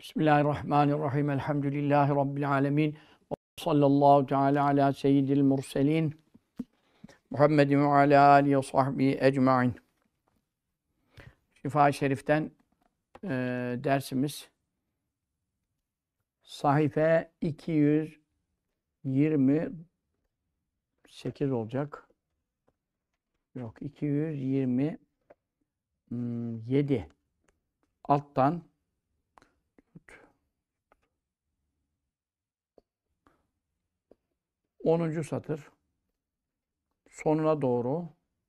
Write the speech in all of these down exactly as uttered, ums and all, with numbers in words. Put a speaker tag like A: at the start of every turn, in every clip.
A: Bismillahirrahmanirrahim. Elhamdülillahi Rabbil alemin. Ve sallallahu teala ala seyyidil murselin. Muhammedin ve ala alihi ve sahbihi ecmain. Şifa-i Şerif'ten e, dersimiz sahife iki yüz yirmi sekiz olacak. Yok, iki yüz yirmi yedi. Alttan onuncu satır sonuna doğru,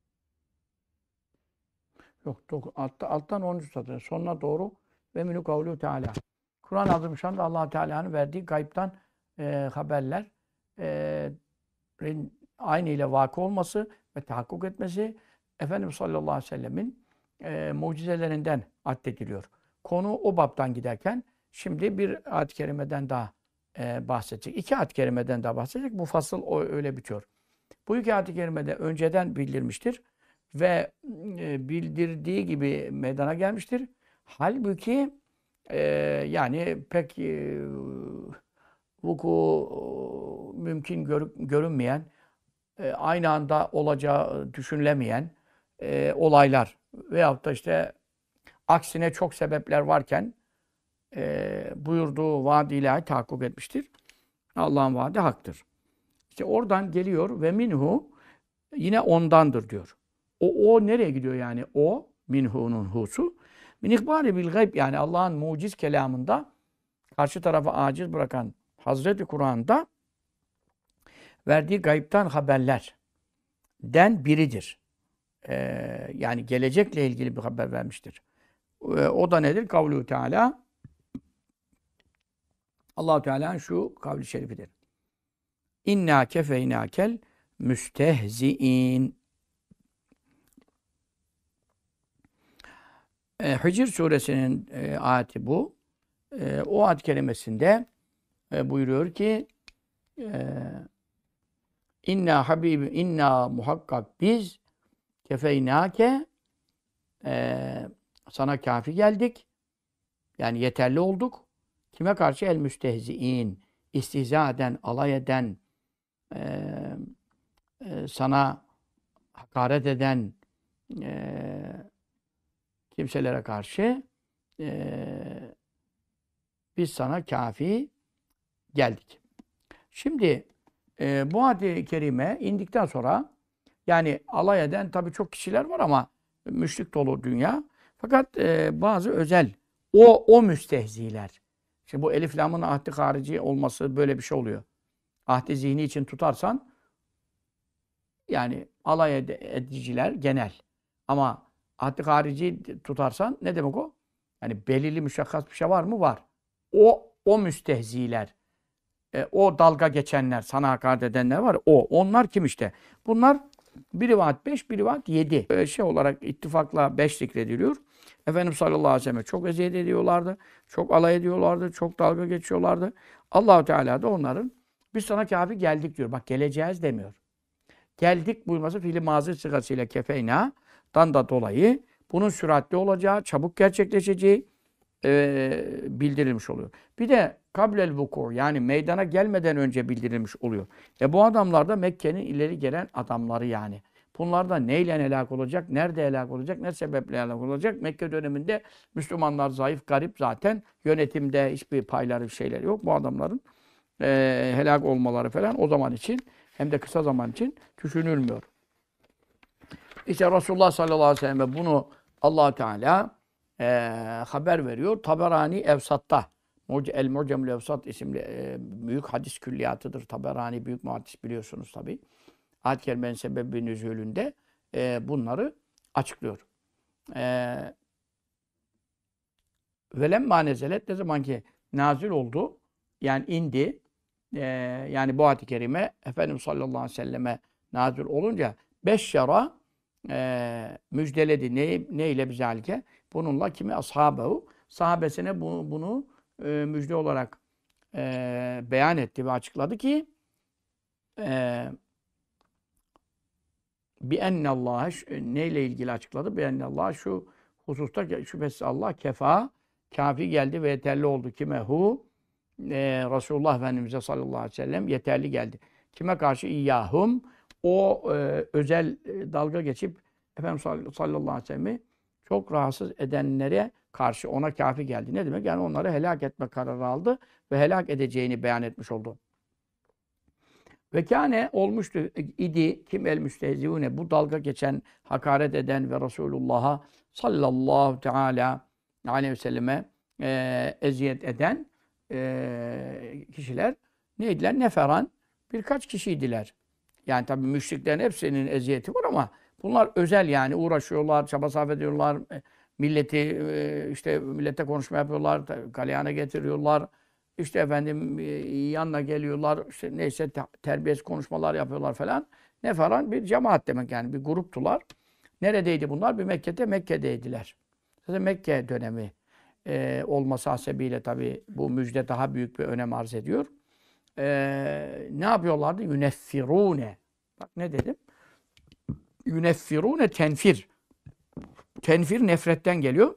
A: yok altta, alttan onuncu satır sonuna doğru ve minü kavlu Teala. Kur'an-ı Azimüşşan'da Allah Teala'nın verdiği gayipten e, haberler e, aynı ile vakı olması ve tahakkuk etmesi Efendimiz sallallahu aleyhi ve sellemin e, mucizelerinden addediliyor. Konu o baptan giderken şimdi bir ayet-i kerimeden daha e, bahsedecek. İki ayet-i kerimeden daha bahsedecek. Bu fasıl o, öyle bitiyor. Bu iki ayet-i kerimede önceden bildirmiştir ve e, bildirdiği gibi meydana gelmiştir. Halbuki e, yani pek e, vuku mümkün gör, görünmeyen, e, aynı anda olacağı düşünülemeyen e, olaylar veyahut da işte aksine çok sebepler varken e, buyurduğu vaad-i ilahi tahakkuk etmiştir. Allah'ın vaadi haktır. İşte oradan geliyor ve minhu yine ondandır diyor. O, o nereye gidiyor yani? O minhu'nun husu. Min ihbari bil gayb, yani Allah'ın muciz kelamında karşı tarafa aciz bırakan Hazreti Kur'an'da verdiği gaybtan haberlerden biridir. Ee, yani gelecekle ilgili bir haber vermiştir. Ee, o da nedir? Kavlu Teala. Allah-u Teala'nın şu kavli şerifidir. İnna kefeynâkel müstehzi'in. E, Hicr suresinin e, ayeti bu. E, o ayet kerimesinde e, buyuruyor ki e, İnna habibi inna muhakkak biz kefeynâke e, sana kafi geldik. Yani yeterli olduk. Kime karşı? El müstehzi'in. İstihza eden, alay eden, e, e, sana hakaret eden e, kimselere karşı e, biz sana kafi geldik. Şimdi e, bu ayet-i kerime indikten sonra yani alay eden tabii çok kişiler var ama müşrik dolu dünya. Fakat e, bazı özel o o müstehziler. Şimdi bu elif lamın ahdi harici olması böyle bir şey oluyor. Ahdi zihni için tutarsan yani alay ed ediciler genel. Ama ahdi harici tutarsan ne demek o? Yani belirli müşakkas bir şey var mı? Var. O o müstehziler. E, o dalga geçenler, sana hakaret edenler var. O. Onlar kim işte? Bunlar bir rivayet beş, bir rivayet yedi. E, şey olarak ittifakla beş zikrediliyor. Efendimiz sallallahu aleyhi ve sellem çok eziyet ediyorlardı. Çok alay ediyorlardı. Çok dalga geçiyorlardı. Allah-u Teala da onların biz sana kafi geldik diyor. Bak geleceğiz demiyor. Geldik buyurması fiili mazı sıgasıyla kefeyna'dan da dolayı bunun süratli olacağı, çabuk gerçekleşeceği e, bildirilmiş oluyor. Bir de kablel vuku, yani meydana gelmeden önce bildirilmiş oluyor. E bu adamlar da Mekke'nin ileri gelen adamları yani. Bunlar da neyle helak olacak, nerede helak olacak, ne sebeple helak olacak? Mekke döneminde Müslümanlar zayıf, garip zaten. Yönetimde hiçbir payları, şeyleri yok. Bu adamların e, helak olmaları falan o zaman için hem de kısa zaman için düşünülmüyor. İşte Resulullah sallallahu aleyhi ve sellem bunu Allah Teala e, haber veriyor. Taberani Evsat'ta, El-Mu'cemül Evsat isimli e, büyük hadis külliyatıdır. Taberani büyük muhaddis biliyorsunuz tabi. Ayet-i kerimenin sebebi nüzulünde e, bunları açıklıyor. E, Velemma nezelet, ne zaman ki nazil oldu, yani indi, e, yani bu ayet-i kerime Efendimiz sallallahu aleyhi ve selleme nazil olunca beşşera e, müjdeledi. Ne, ne ile bizalike? Bununla kimi? Ashabehu. Sahabesine bunu, bunu e, müjde olarak e, beyan etti ve açıkladı ki e, bi ennallâhe neyle ilgili açıkladı? Bi ennallâhe şu hususta şüphesiz Allah kefa kafi geldi ve yeterli oldu. Kime? Hu? Ee, Resulullah Efendimiz'e sallallahu aleyhi ve sellem yeterli geldi. Kime karşı? İyyahum. O e, özel e, dalga geçip Efendimiz sallallahu aleyhi ve sellem'i çok rahatsız edenlere karşı ona kafi geldi. Ne demek? Yani onları helak etme kararı aldı ve helak edeceğini beyan etmiş oldu. Ve kâne olmuştu idi kim el müstehziûne bu dalga geçen, hakaret eden ve Resulullah'a sallallahu teâlâ aleyhi ve selleme e, eziyet eden e, kişiler neydiler? Neferan birkaç kişiydiler. Yani tabii müşriklerin hepsinin eziyeti var ama bunlar özel yani uğraşıyorlar, çaba sarf ediyorlar. Milleti e, işte millete konuşma yapıyorlar, galeyana getiriyorlar. İşte efendim yanına geliyorlar, işte neyse terbiyesiz konuşmalar yapıyorlar falan. Ne falan? Bir cemaat demek yani bir gruptular. Neredeydi bunlar? Bir Mekke'de, Mekke'deydiler. Zaten Mekke dönemi e, olması hasebiyle tabii bu müjde daha büyük bir önem arz ediyor. E, ne yapıyorlardı? Yuneffirune. Bak ne dedim? Yuneffirune tenfir. Tenfir nefretten geliyor.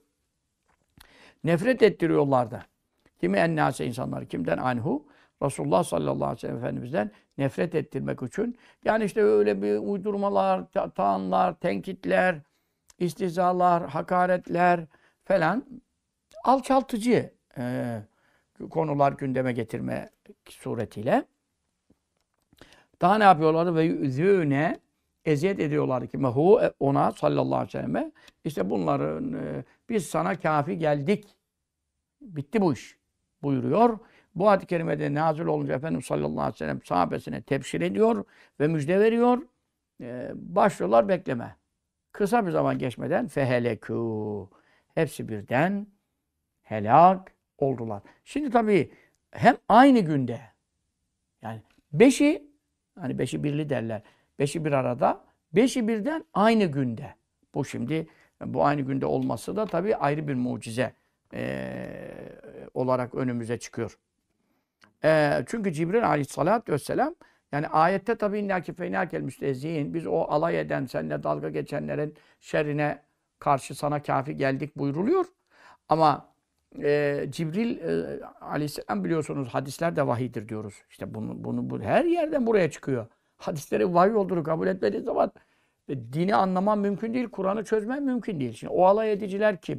A: Nefret ettiriyorlardı. Kimi ennâse insanlar, kimden anhu? Resulullah sallallahu aleyhi ve sellem Efendimiz'den nefret ettirmek için. Yani işte öyle bir uydurmalar, ta taanlar, tenkitler, istihzalar, hakaretler falan alçaltıcı e, konular gündeme getirme suretiyle. Daha ne yapıyorlardı? Ve yüzüne eziyet ediyorlardı ki mehu ona sallallahu aleyhi ve selleme. İşte bunların e, biz sana kafi geldik. Bitti bu iş buyuruyor. Bu ayet-i kerimede nazil olunca Efendimiz sallallahu aleyhi ve sellem sahabesine tebşir ediyor ve müjde veriyor. Ee, başlıyorlar bekleme. Kısa bir zaman geçmeden fehelekû. Hepsi birden helak oldular. Şimdi tabii hem aynı günde yani beşi hani beşi birli derler. Beşi bir arada. Beşi birden aynı günde. Bu şimdi bu aynı günde olması da tabii ayrı bir mucize. Ee, olarak önümüze çıkıyor. Ee, çünkü Cibril aleyhissalatü vesselam yani ayette tabi innâki feynâkel müstehzi'in biz o alay eden, seninle dalga geçenlerin şerrine karşı sana kafi geldik buyruluyor. Ama e, Cibril e, aleyhisselam biliyorsunuz hadisler de vahidir diyoruz. İşte bunu, bunu bu, her yerden buraya çıkıyor. Hadisleri vahiy olduğunu kabul etmediği zaman e, dini anlamam mümkün değil, Kur'an'ı çözmem mümkün değil. Şimdi o alay ediciler kim?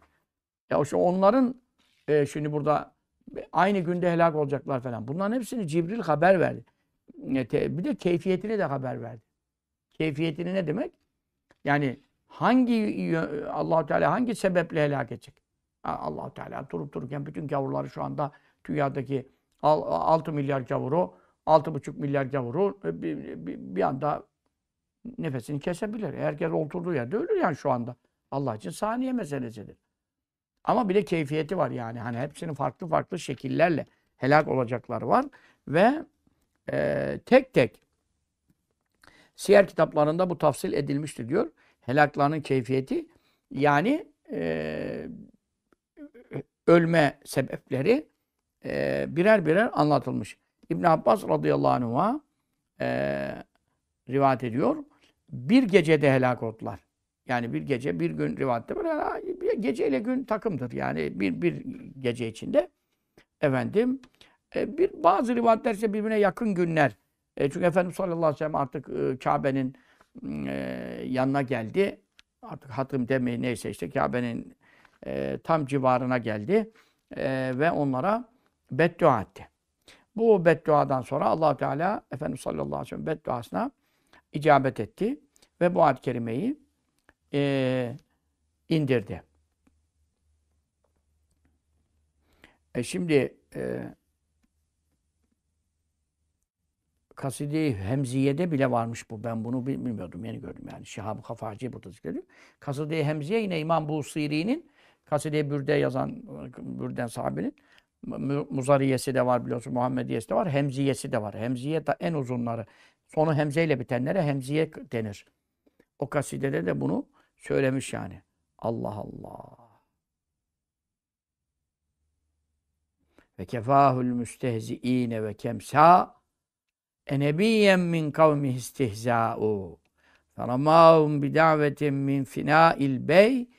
A: Ya işte onların e, şimdi burada aynı günde helak olacaklar falan. Bunların hepsini Cibril haber verdi. E, te, bir de keyfiyetini de haber verdi. Keyfiyetini ne demek? Yani hangi Allah Teala hangi sebeple helak edecek? Allah Teala durup dururken bütün gavurları şu anda dünyadaki altı milyar gavuru, altı buçuk milyar gavuru bir, bir, bir anda nefesini kesebilir. Herkes oturduğu yerde ölür yani şu anda. Allah için saniye meselesidir. Ama bir de keyfiyeti var yani. Hani hepsinin farklı farklı şekillerle helak olacakları var. Ve e, tek tek siyer kitaplarında bu tafsil edilmiştir diyor. Helaklarının keyfiyeti yani e, ölme sebepleri e, birer birer anlatılmış. İbn Abbas radıyallahu anh'a e, rivayet ediyor. Bir gecede helak oldular. Yani bir gece, bir gün rivayette var. Yani bir gece ile gün takımdır. Yani bir, bir gece içinde. Efendim, e, bir, bazı rivayetler ise birbirine yakın günler. E, çünkü Efendimiz sallallahu aleyhi ve sellem artık e, Kabe'nin e, yanına geldi. Artık hatım demeyi neyse işte Kabe'nin e, tam civarına geldi. E, ve onlara beddua etti. Bu bedduadan sonra Allah Teala Efendimiz sallallahu aleyhi ve sellem bedduasına icabet etti. Ve bu ayet-i kerimeyi E, indirdi. E şimdi e, Kaside-i Hemziye'de bile varmış bu. Ben bunu bilmiyordum. Yeni gördüm yani. Şihab-ı Hafaci burada zikrediyor. Kaside-i Hemziye yine İmam Busiri'nin Kaside-i Bürde yazan Bürden sahabenin Muzariyesi de var biliyorsun. Muhammediyesi de var. Hemziyesi de var. Hemziye da en uzunları. Sonu Hemze ile bitenlere Hemziye denir. O kasidede de bunu söylemiş yani. Allah Allah. Ve kefâhul müstehziîne ve kemsâ enebiyyen min kavmihi istihzâ'û. Feramâhum bidâvetin min finâil bey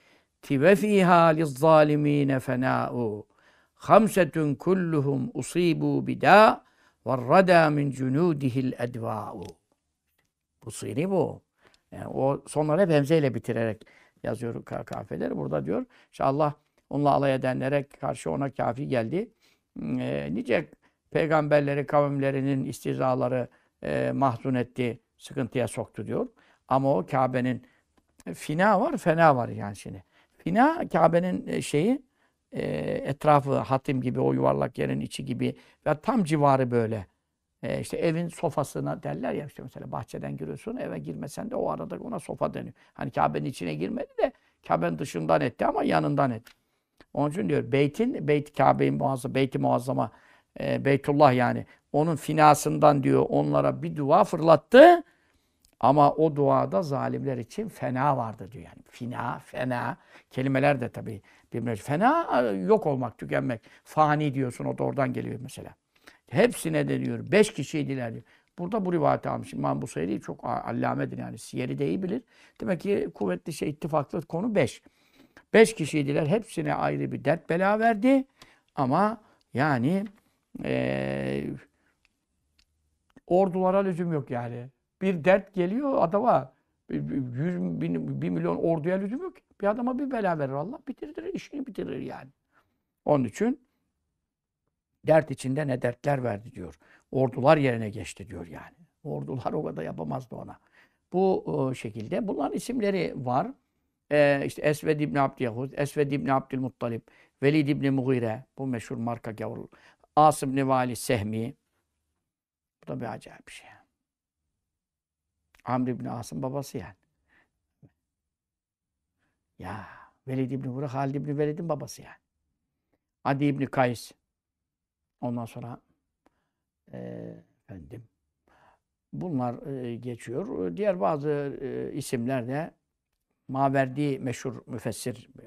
A: ve fiha lizzalimin fena'u. Hamsetun kulluhum usibu bida ve'rada min cunudihil edva'u. Bu sıyri bu. Yani o sonları hep hemzeyle bitirerek yazıyor kafiyeleri. Burada diyor, işte Allah onunla alay edenlere karşı ona kafi geldi. E, nice peygamberleri, kavimlerinin istihzaları e, mahzun etti, sıkıntıya soktu diyor. Ama o Kabe'nin fina var, fena var yani şimdi. Fina Kabe'nin şeyi e, etrafı hatim gibi, o yuvarlak yerin içi gibi ve tam civarı böyle. E, işte evin sofasına derler ya, işte mesela bahçeden giriyorsun, eve girmesen de o arada ona sofa deniyor. Hani Kabe'nin içine girmedi de Kabe'nin dışından etti ama yanından etti. Onun için diyor Beyt'in, Beyt Kabe'yi muazzama, Beyt-i Muazzama, e, Beytullah yani onun finasından diyor onlara bir dua fırlattı. Ama o duada zalimler için fena vardı diyor yani. Fina, fena kelimeler de tabii birbirine. Fena yok olmak, tükenmek. Fani diyorsun, o da oradan geliyor mesela. Hepsine de diyor beş kişiydiler diyor. Burada bu rivayeti almış. İmam Busayri çok allamedir yani. Siyeri de iyi bilir. Demek ki kuvvetli şey, ittifaklı konu beş. Beş kişiydiler. Hepsine ayrı bir dert bela verdi. Ama yani ee, ordulara lüzum yok yani. Bir dert geliyor adama. Yüz bin, bir milyon orduya lüzum yok. Bir adama bir bela verir Allah. Bitirir, işini bitirir yani. Onun için dert içinde ne dertler verdi diyor. Ordular yerine geçti diyor yani. Ordular o kadar yapamazdı ona. Bu o şekilde. Bunların isimleri var. Ee, işte Esved İbni Abdiyahud, Esved İbni Abdülmuttalib, Velid İbni Mughire, bu meşhur marka gavur. Asım İbni Vali Sehmi. Bu da bir acayip bir şey. Amr İbni As'ın babası yani. Ya Velid İbni Mughire, Halid İbni Velid'in babası yani. Adi İbni Kays. Ondan sonra e, efendim bunlar e, geçiyor. Diğer bazı e, isimler de Maverdi meşhur müfessir e,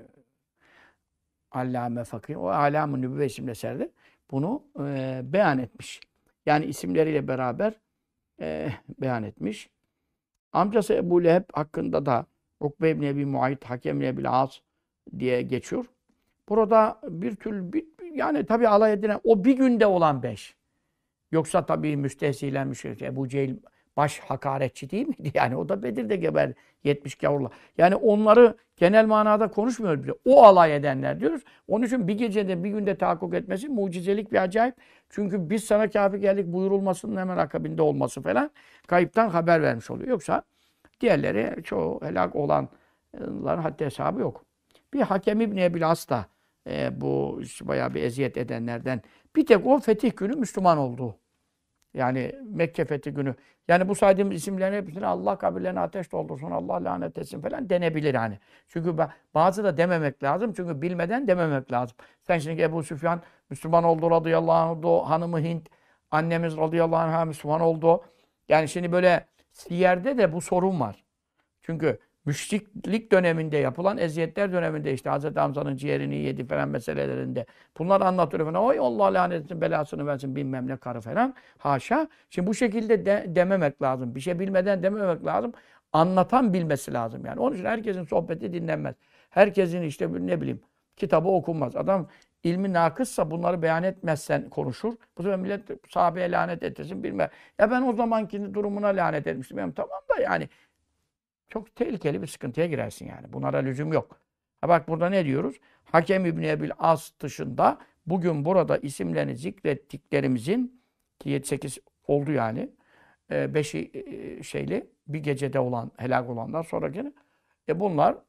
A: Allame Fakih. O Alam-ı Nübüvve isimli eserde bunu e, beyan etmiş. Yani isimleriyle beraber e, beyan etmiş. Amcası Ebu Leheb hakkında da Ukbe ibn Ebi Muayit, Hakem ibn Ebil As diye geçiyor. Burada bir tür, bir, yani tabii alay edilen, o bir günde olan beş. Yoksa tabii müstehzilen müşrik, Ebu Cehil baş hakaretçi değil miydi? Yani o da Bedir'de geber yetmiş gavurla. Yani onları genel manada konuşmuyoruz bile. O alay edenler diyoruz. Onun için bir gecede, bir günde tahakkuk etmesi mucizelik bir acayip. Çünkü biz sana kâfi geldik buyurulmasının hemen akabinde olması falan kayıptan haber vermiş oluyor. Yoksa diğerleri çoğu helak olanların haddi hesabı yok. Bir Hakem İbni Ebil As da e, bu işte bayağı bir eziyet edenlerden. Bir tek o fetih günü Müslüman oldu. Yani Mekke fethi günü. Yani bu saydığımız isimlerin hepsine Allah kabirlerine ateş doldursun, Allah lanet etsin falan denebilir hani. Çünkü bazı da dememek lazım. Çünkü bilmeden dememek lazım. Sen şimdi Ebu Süfyan Müslüman oldu radıyallahu anh oldu. Hanımı Hint, annemiz radıyallahu anh'a Müslüman oldu. Yani şimdi böyle siyerde de bu sorun var. Çünkü müşriklik döneminde yapılan eziyetler döneminde işte Hazreti Hamza'nın ciğerini yedi falan meselelerinde bunlar anlatıyor falan. Oy Allah lanet etsin, belasını versin bilmem ne karı falan. Haşa. Şimdi bu şekilde de, dememek lazım. Bir şey bilmeden dememek lazım. Anlatan bilmesi lazım yani. Onun için herkesin sohbeti dinlenmez. Herkesin işte ne bileyim kitabı okunmaz. Adam ilmi nakıssa bunları beyan etmezsen konuşur. Bu sefer millet sahabeye lanet ettirsin bilmem. Ya ben o zamanki durumuna lanet etmiştim. Yani tamam da yani çok tehlikeli bir sıkıntıya girersin yani. Bunlara lüzum yok. Ha bak burada ne diyoruz? Hakem İbni Ebil As dışında bugün burada isimlerini zikrettiklerimizin ki yedi sekiz oldu yani. beşi şeyli bir gecede olan, helak olanlar sonra gene. E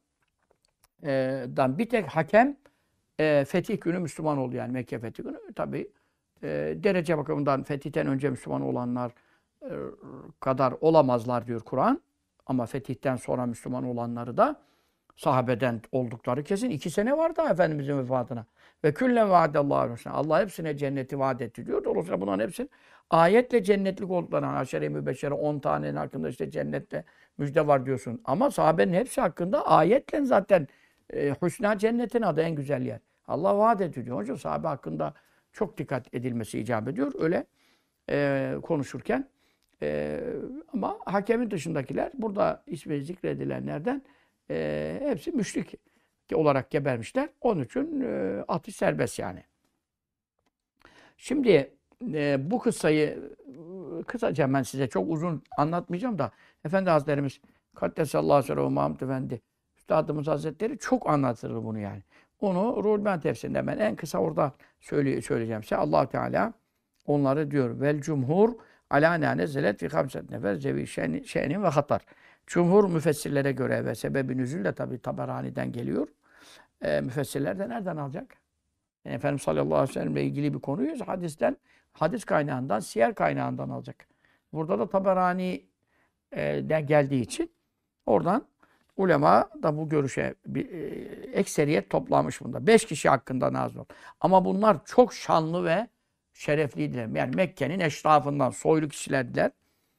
A: bunlardan bir tek Hakem e, fetih günü Müslüman oldu yani Mekke fetih günü. Tabii e, derece bakımından fetihten önce Müslüman olanlar e, kadar olamazlar diyor Kur'an. Ama fetihten sonra Müslüman olanları da sahabeden oldukları kesin. İki sene var daha Efendimizin vefatına. Ve küllen vaadallahu aleyhi. Allah hepsine cenneti vaat etti diyor. Dolayısıyla bunların hepsinin ayetle cennetlik olduklarını, aşere-i mübeşşere on tanenin hakkında işte cennette müjde var diyorsun. Ama sahabenin hepsi hakkında ayetle zaten e, hüsna cennetin adı en güzel yer. Allah vaat ediyor. Onun için sahabe hakkında çok dikkat edilmesi icap ediyor. Öyle e, konuşurken. Ee, ama hakemin dışındakiler burada ismi zikredilenlerden e, hepsi müşrik olarak gebermişler. Onun için e, atış serbest yani. Şimdi e, bu kıssayı e, kısaca ben size çok uzun anlatmayacağım da Efendi Hazretlerimiz Kaddesallahu Sirruhu Mahmud Efendi Üstadımız Hazretleri çok anlatır bunu yani. Onu Ruhul Beyan tefsirinde ben en kısa orada söyle, söyleyeceğim size. Allah Teala onları diyor. Vel cumhur ala nezelet fi hamset nefer zevi şe'nin ve hatar. Cumhur müfessirlere göre ve sebebi nüzül de tabi Taberani'den geliyor. E, müfessirler de nereden alacak? Yani Efendimiz sallallahu aleyhi ve sellem'le ilgili bir konuyu hadisten, hadis kaynağından, siyer kaynağından alacak. Burada da Taberani'den geldiği için oradan ulema da bu görüşe bir e, ekseriyet toplamış bunda. Beş kişi hakkında nazil oldu. Ama bunlar çok şanlı ve şerefliydiler. Yani Mekke'nin eşrafından soylu kişilerdiler.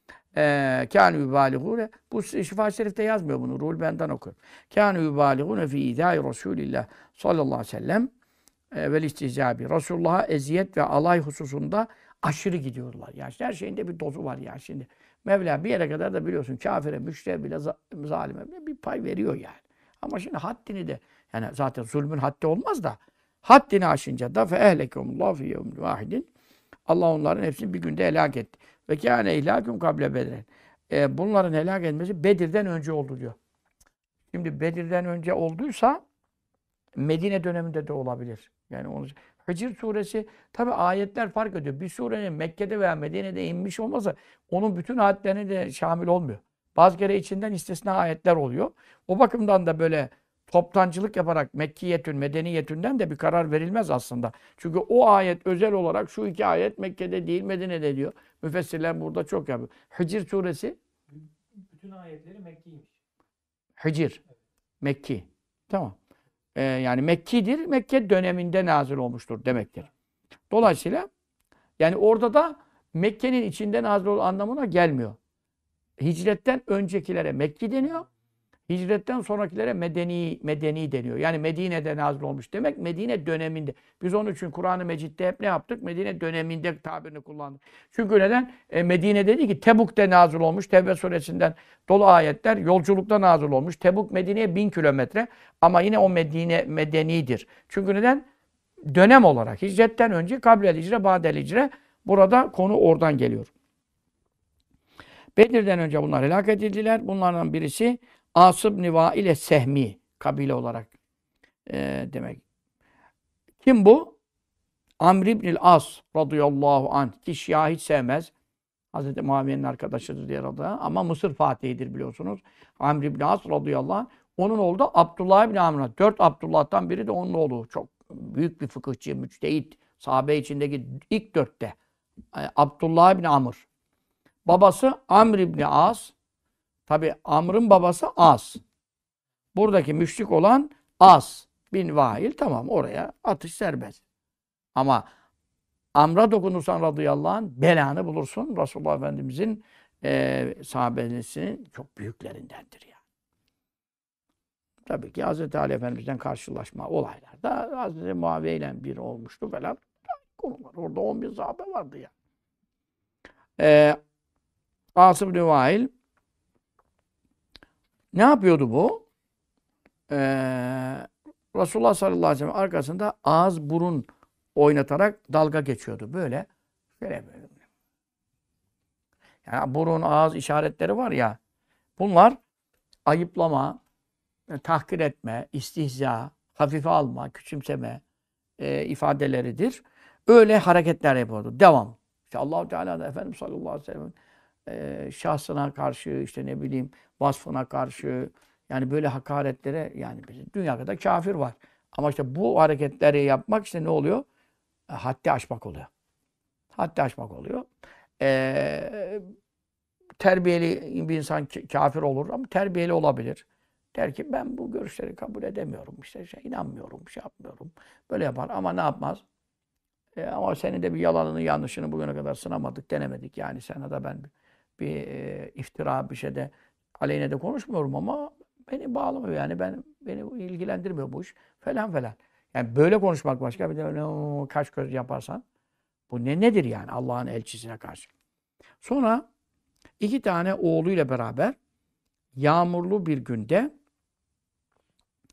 A: Kânu yubalihûne. Bu Şifa-i Şerif'te yazmıyor bunu. Ruhul Beyan'dan okuyor. Kânu yubalihûne fî idâi Resûlillah sallallahu aleyhi ve sellem vel istihzâbi. Resulullah'a eziyet ve alay hususunda aşırı gidiyorlar. Yani her şeyinde bir dozu var yani şimdi. Mevla bir yere kadar da biliyorsun kafire, müşteriye bile zalime bir pay veriyor yani. Ama şimdi haddini de yani zaten zulmün haddi olmaz da haddini aşınca da fe ehlekumullahu fi yevmin vahidin. Allah onların hepsini bir günde helak etti. Ve kâne ihlâküm kable bedren. E, bunların helak etmesi Bedir'den önce oldu diyor. Şimdi Bedir'den önce olduysa Medine döneminde de olabilir. Yani onu Hicr suresi tabi ayetler fark ediyor. Bir surenin Mekke'de veya Medine'de inmiş olmasa onun bütün ayetlerine de şamil olmuyor. Bazı kere içinden istisna ayetler oluyor. O bakımdan da böyle toptancılık yaparak Mekkiyetün, Medeniyetünden de bir karar verilmez aslında. Çünkü o ayet özel olarak şu iki ayet Mekke'de değil Medine'de diyor. Müfessirler burada çok yapıyor. Hicr suresi
B: bütün ayetleri Mekki'ymiş.
A: Hicr, evet. Mekki. Tamam. Ee, yani Mekki'dir, Mekke döneminde nazil olmuştur demektir. Dolayısıyla yani orada da Mekke'nin içinde nazil olduğu anlamına gelmiyor. Hicretten öncekilere Mekki deniyor. Hicretten sonrakilere Medeni Medeni deniyor. Yani Medine'de nazil olmuş demek. Medine döneminde. Biz onun için Kur'an-ı Mecid'de hep ne yaptık? Medine döneminde tabirini kullandık. Çünkü neden? E, Medine dedi ki Tebuk'te nazil olmuş. Tevbe suresinden dolu ayetler yolculukta nazil olmuş. Tebuk Medine'ye bin kilometre. Ama yine o Medine Medeni'dir. Çünkü neden? Dönem olarak. Hicretten önce kablel hicre, ba'del hicre. Burada konu oradan geliyor. Bedir'den önce bunlar helak edildiler. Bunlardan birisi As ibn Vail Sehmi kabile olarak e, demek. Kim bu? Amr ibn As radıyallahu anh ki Şia hiç sevmez. Hazreti Muaviye'nin arkadaşıdır diye adı. Ama Mısır Fatihi'dir biliyorsunuz. Amr ibn As radıyallahu anh. Onun oğlu da Abdullah ibn Amr. Dört Abdullah'tan biri de onun oğlu. Çok büyük bir fıkıhçı, müçtehit. Sahabe içindeki ilk dörtte. Abdullah ibn Amr. Babası Amr ibn As. Tabi Amr'ın babası As. Buradaki müşrik olan As bin Vail. Tamam oraya atış serbest. Ama Amr'a dokunursan radıyallahu anh belanı bulursun. Resulullah Efendimizin e, sahabesinin çok büyüklerindendir yani. Tabii ki Hazreti Ali Efendimiz'den karşılaşma olaylarda Hazreti Muaviye ile bir olmuştu falan. Konular. Orada on bin sahabe vardı ya. E, As bin Vail ne yapıyordu bu? Ee, Resulullah sallallahu aleyhi ve sellem arkasında ağız burun oynatarak dalga geçiyordu. Böyle. Böyle böyle. Yani burun, ağız işaretleri var ya. Bunlar ayıplama, tahkir etme, istihza, hafife alma, küçümseme e, ifadeleridir. Öyle hareketler yapıyordu. Devam. İşte Allah-u Teala da Efendimiz sallallahu aleyhi ve sellem e, şahsına karşı işte ne bileyim vasfına karşı yani böyle hakaretlere yani dünyada kafir var. Ama işte bu hareketleri yapmak işte ne oluyor? E, haddi aşmak oluyor. Haddi aşmak oluyor. E, terbiyeli bir insan kafir olur ama terbiyeli olabilir. Der ki ben bu görüşleri kabul edemiyorum. İşte şey, inanmıyorum, şey yapmıyorum. Böyle yapar ama ne yapmaz? E, ama senin de bir yalanını, yanlışını bugüne kadar sınamadık, denemedik. Yani sana da ben bir e, iftira bir şeyde aleyhine de konuşmuyorum ama beni bağlamıyor yani ben beni ilgilendirmiyor bu iş falan falan. Yani böyle konuşmak başka bir de öyle kaş göz yaparsan bu ne nedir yani Allah'ın elçisine karşı. Sonra iki tane oğluyla beraber yağmurlu bir günde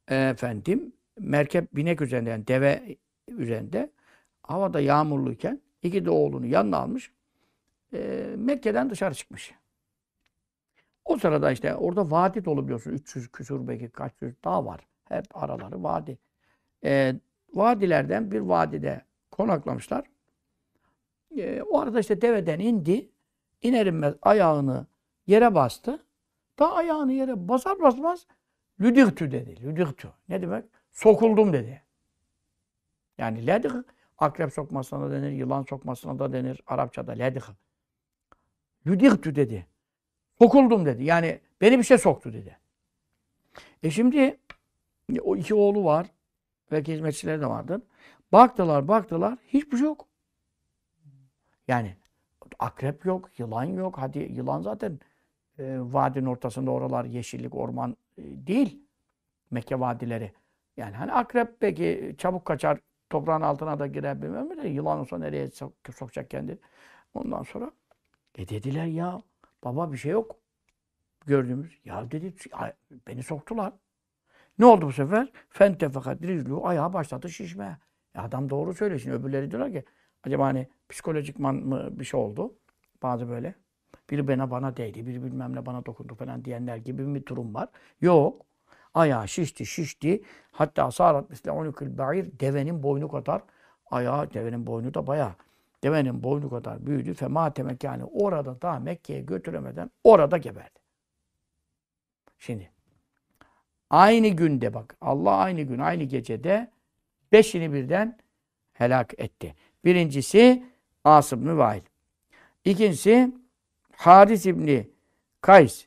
A: efendim merkep binek üzerinde yani deve üzerinde havada yağmurluyken iki de oğlunu yanına almış. E, Mekke'den dışarı çıkmış. O sırada işte orada vadi dolu biliyorsun. üç yüz küsur belki kaç yüz daha var. Hep araları vadi. E, Vadilerden bir vadide konaklamışlar. E, o arada işte deveden indi. İner inmez ayağını yere bastı. Da ayağını yere basar basmaz lüdüktü dedi. Lüdüktü. Ne demek? Sokuldum dedi. Yani ledik akrep sokmasına da denir, yılan sokmasına da denir. Arapçada ledik. Lüdüktü dedi. Sokuldum dedi. Yani beni bir şey soktu dedi. E şimdi o iki oğlu var. Belki hizmetçileri de vardır. Baktılar baktılar. Hiçbir şey yok. Yani akrep yok, yılan yok. Hadi yılan zaten e, vadinin ortasında oralar yeşillik, orman e, değil. Mekke vadileri. Yani hani akrep belki çabuk kaçar, toprağın altına da girer bilmem ne. Yılan olsa nereye sok sokacak kendini. Ondan sonra e dediler ya baba bir şey yok gördüğümüz. Ya dedi beni soktular. Ne oldu bu sefer? Fente fakat rizlu ayağa başladı şişmeye. E adam doğru söylüyor. Şimdi öbürleri diyorlar ki acaba hani psikolojikman mı bir şey oldu? Bazı böyle. Biri bana bana değdi, biri bilmem ne bana dokundu falan diyenler gibi bir durum var. Yok. Ayağı şişti, şişti. Hatta sarat misle onukul ba'ir devenin boynu kadar ayağı devenin boynu da bayağı devenin boynu kadar büyüdü. Fematemek yani orada daha Mekke'ye götüremeden orada geberdi. Şimdi aynı günde bak Allah aynı gün aynı gecede beşini birden helak etti. Birincisi As ibn Vail. İkincisi Haris İbni Kays.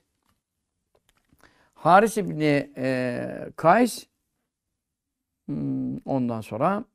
A: Haris İbni e, Kays hmm, ondan sonra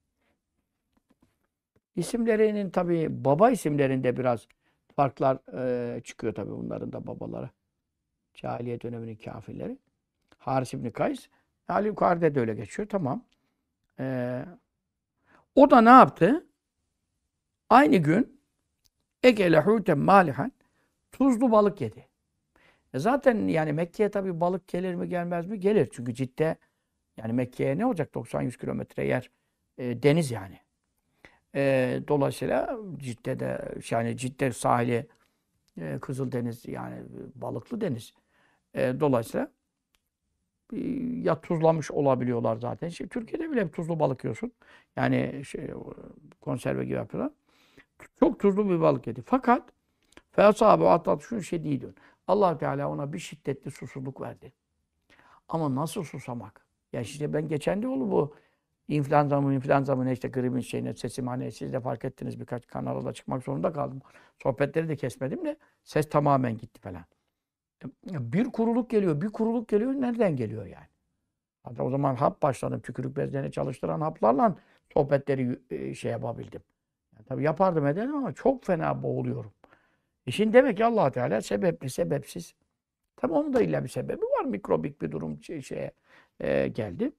A: isimlerinin tabi baba isimlerinde biraz farklar e, çıkıyor tabi bunların da babaları. Cahiliye döneminin kafirleri. Haris İbni Kays. Ali yukarıda da öyle geçiyor. Tamam. Ee, o da ne yaptı? Aynı gün ekele hûten mâlihan tuzlu balık yedi. E zaten yani Mekke'ye tabii balık gelir mi gelmez mi? Gelir. Çünkü Cidde yani Mekke'ye ne olacak? doksan yüz kilometre yer e, deniz yani. E, dolayısıyla Cidde'de yani Cidde sahili e, Kızıldeniz yani balıklı deniz. E, dolayısıyla ya tuzlamış olabiliyorlar zaten. Şimdi Türkiye'de bile tuzlu balık yiyorsun. Yani şey, konserve gibi yapıyorlar. Çok tuzlu bir balık yedi. Fakat fesabe atat şu şey değil diyor. Allah Teala ona bir şiddetli susuzluk verdi. Ama nasıl susamak? Ya işte ben geçen de oldu bu influenza mı influenza mı ne işte gripin şeyine sesim hani siz de fark ettiniz birkaç kanala çıkmak zorunda kaldım. Sohbetleri de kesmedim de ses tamamen gitti falan. Bir kuruluk geliyor, bir kuruluk geliyor. Nereden geliyor yani? Hatta o zaman hap başladım. Tükürük bezlerini çalıştıran haplarla sohbetleri e, şey yapabildim. Yani tabii yapardım ederim ama çok fena boğuluyorum. İşin demek ki Allah Teala sebepli, sebepsiz. Tabii onun da illa bir sebebi var. Mikrobik bir durum şey, şeye e, geldi.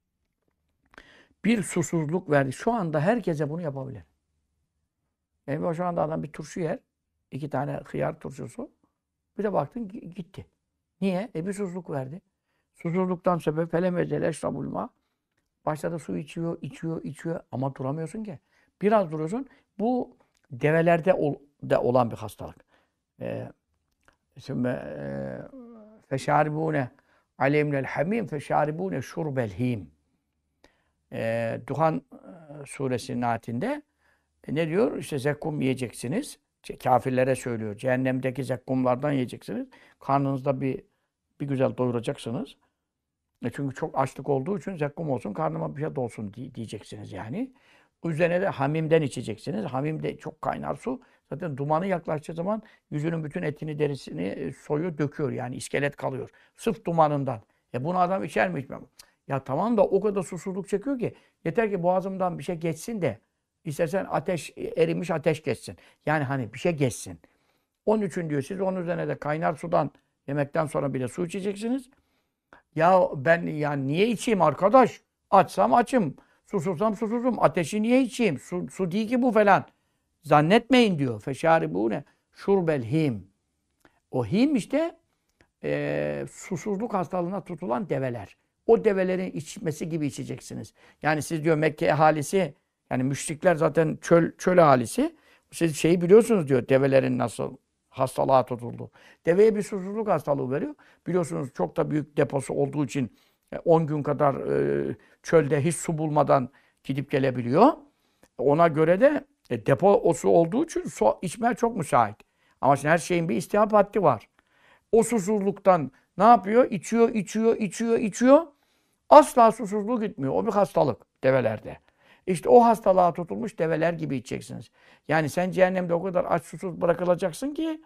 A: Bir susuzluk verdi. Şu anda herkese bunu yapabilir. Yani şu anda adam bir turşu yer. İki tane hıyar turşusu. Bir de baktın gitti. Niye? E bir susuzluk verdi. Susuzluktan sebep felemezele eşrabulma. Başladı su içiyor, içiyor, içiyor ama duramıyorsun ki. Biraz duruyorsun. Bu develerde ol, de olan bir hastalık. Ee, şimdi feşaribune aleyhimnel hamim feşaribune şurbel him. Ee, Duhan e, suresinin ayetinde e, ne diyor? İşte zekkum yiyeceksiniz. Kafirlere söylüyor. Cehennemdeki zekkumlardan yiyeceksiniz. Karnınızda bir bir güzel doyuracaksınız. E çünkü çok açlık olduğu için zekkum olsun, karnıma bir şey dolsun diyeceksiniz yani. Üzerine de hamimden içeceksiniz. Hamim de çok kaynar su. Zaten dumanı yaklaştığı zaman yüzünün bütün etini, derisini soyuyor, döküyor. Yani iskelet kalıyor. Sırf dumanından. E bunu adam içer mi içmem? Ya tamam da o kadar susuzluk çekiyor ki yeter ki boğazımdan bir şey geçsin de istersen ateş, erimiş ateş geçsin. Yani hani bir şey geçsin. Onun için diyor siz onun üzerine de kaynar sudan yemekten sonra bile su içeceksiniz. Ya ben yani niye içeyim arkadaş? Açsam açım. Susuzsam susuzum. Ateşi niye içeyim? Su, su değil ki bu falan. Zannetmeyin diyor. Feşaribune şurbel him. O him işte e, susuzluk hastalığına tutulan develer. o develerin içmesi gibi içeceksiniz. Yani siz diyor Mekke ahalisi, yani müşrikler zaten çöl, çöl ahalisi. Siz şeyi biliyorsunuz diyor, develerin nasıl hastalığa tutuldu. Deveye bir susuzluk hastalığı veriyor. Biliyorsunuz çok da büyük deposu olduğu için on gün kadar e, çölde hiç su bulmadan gidip gelebiliyor. Ona göre de e, deposu olduğu için su içmeye çok müsait. Ama şimdi her şeyin bir istihap haddi var. O susuzluktan ne yapıyor? İçiyor, içiyor, içiyor, içiyor. Asla susuzluğu gitmiyor. O bir hastalık develerde. İşte o hastalığa tutulmuş develer gibi içeceksiniz. Yani sen cehennemde o kadar aç susuz bırakılacaksın ki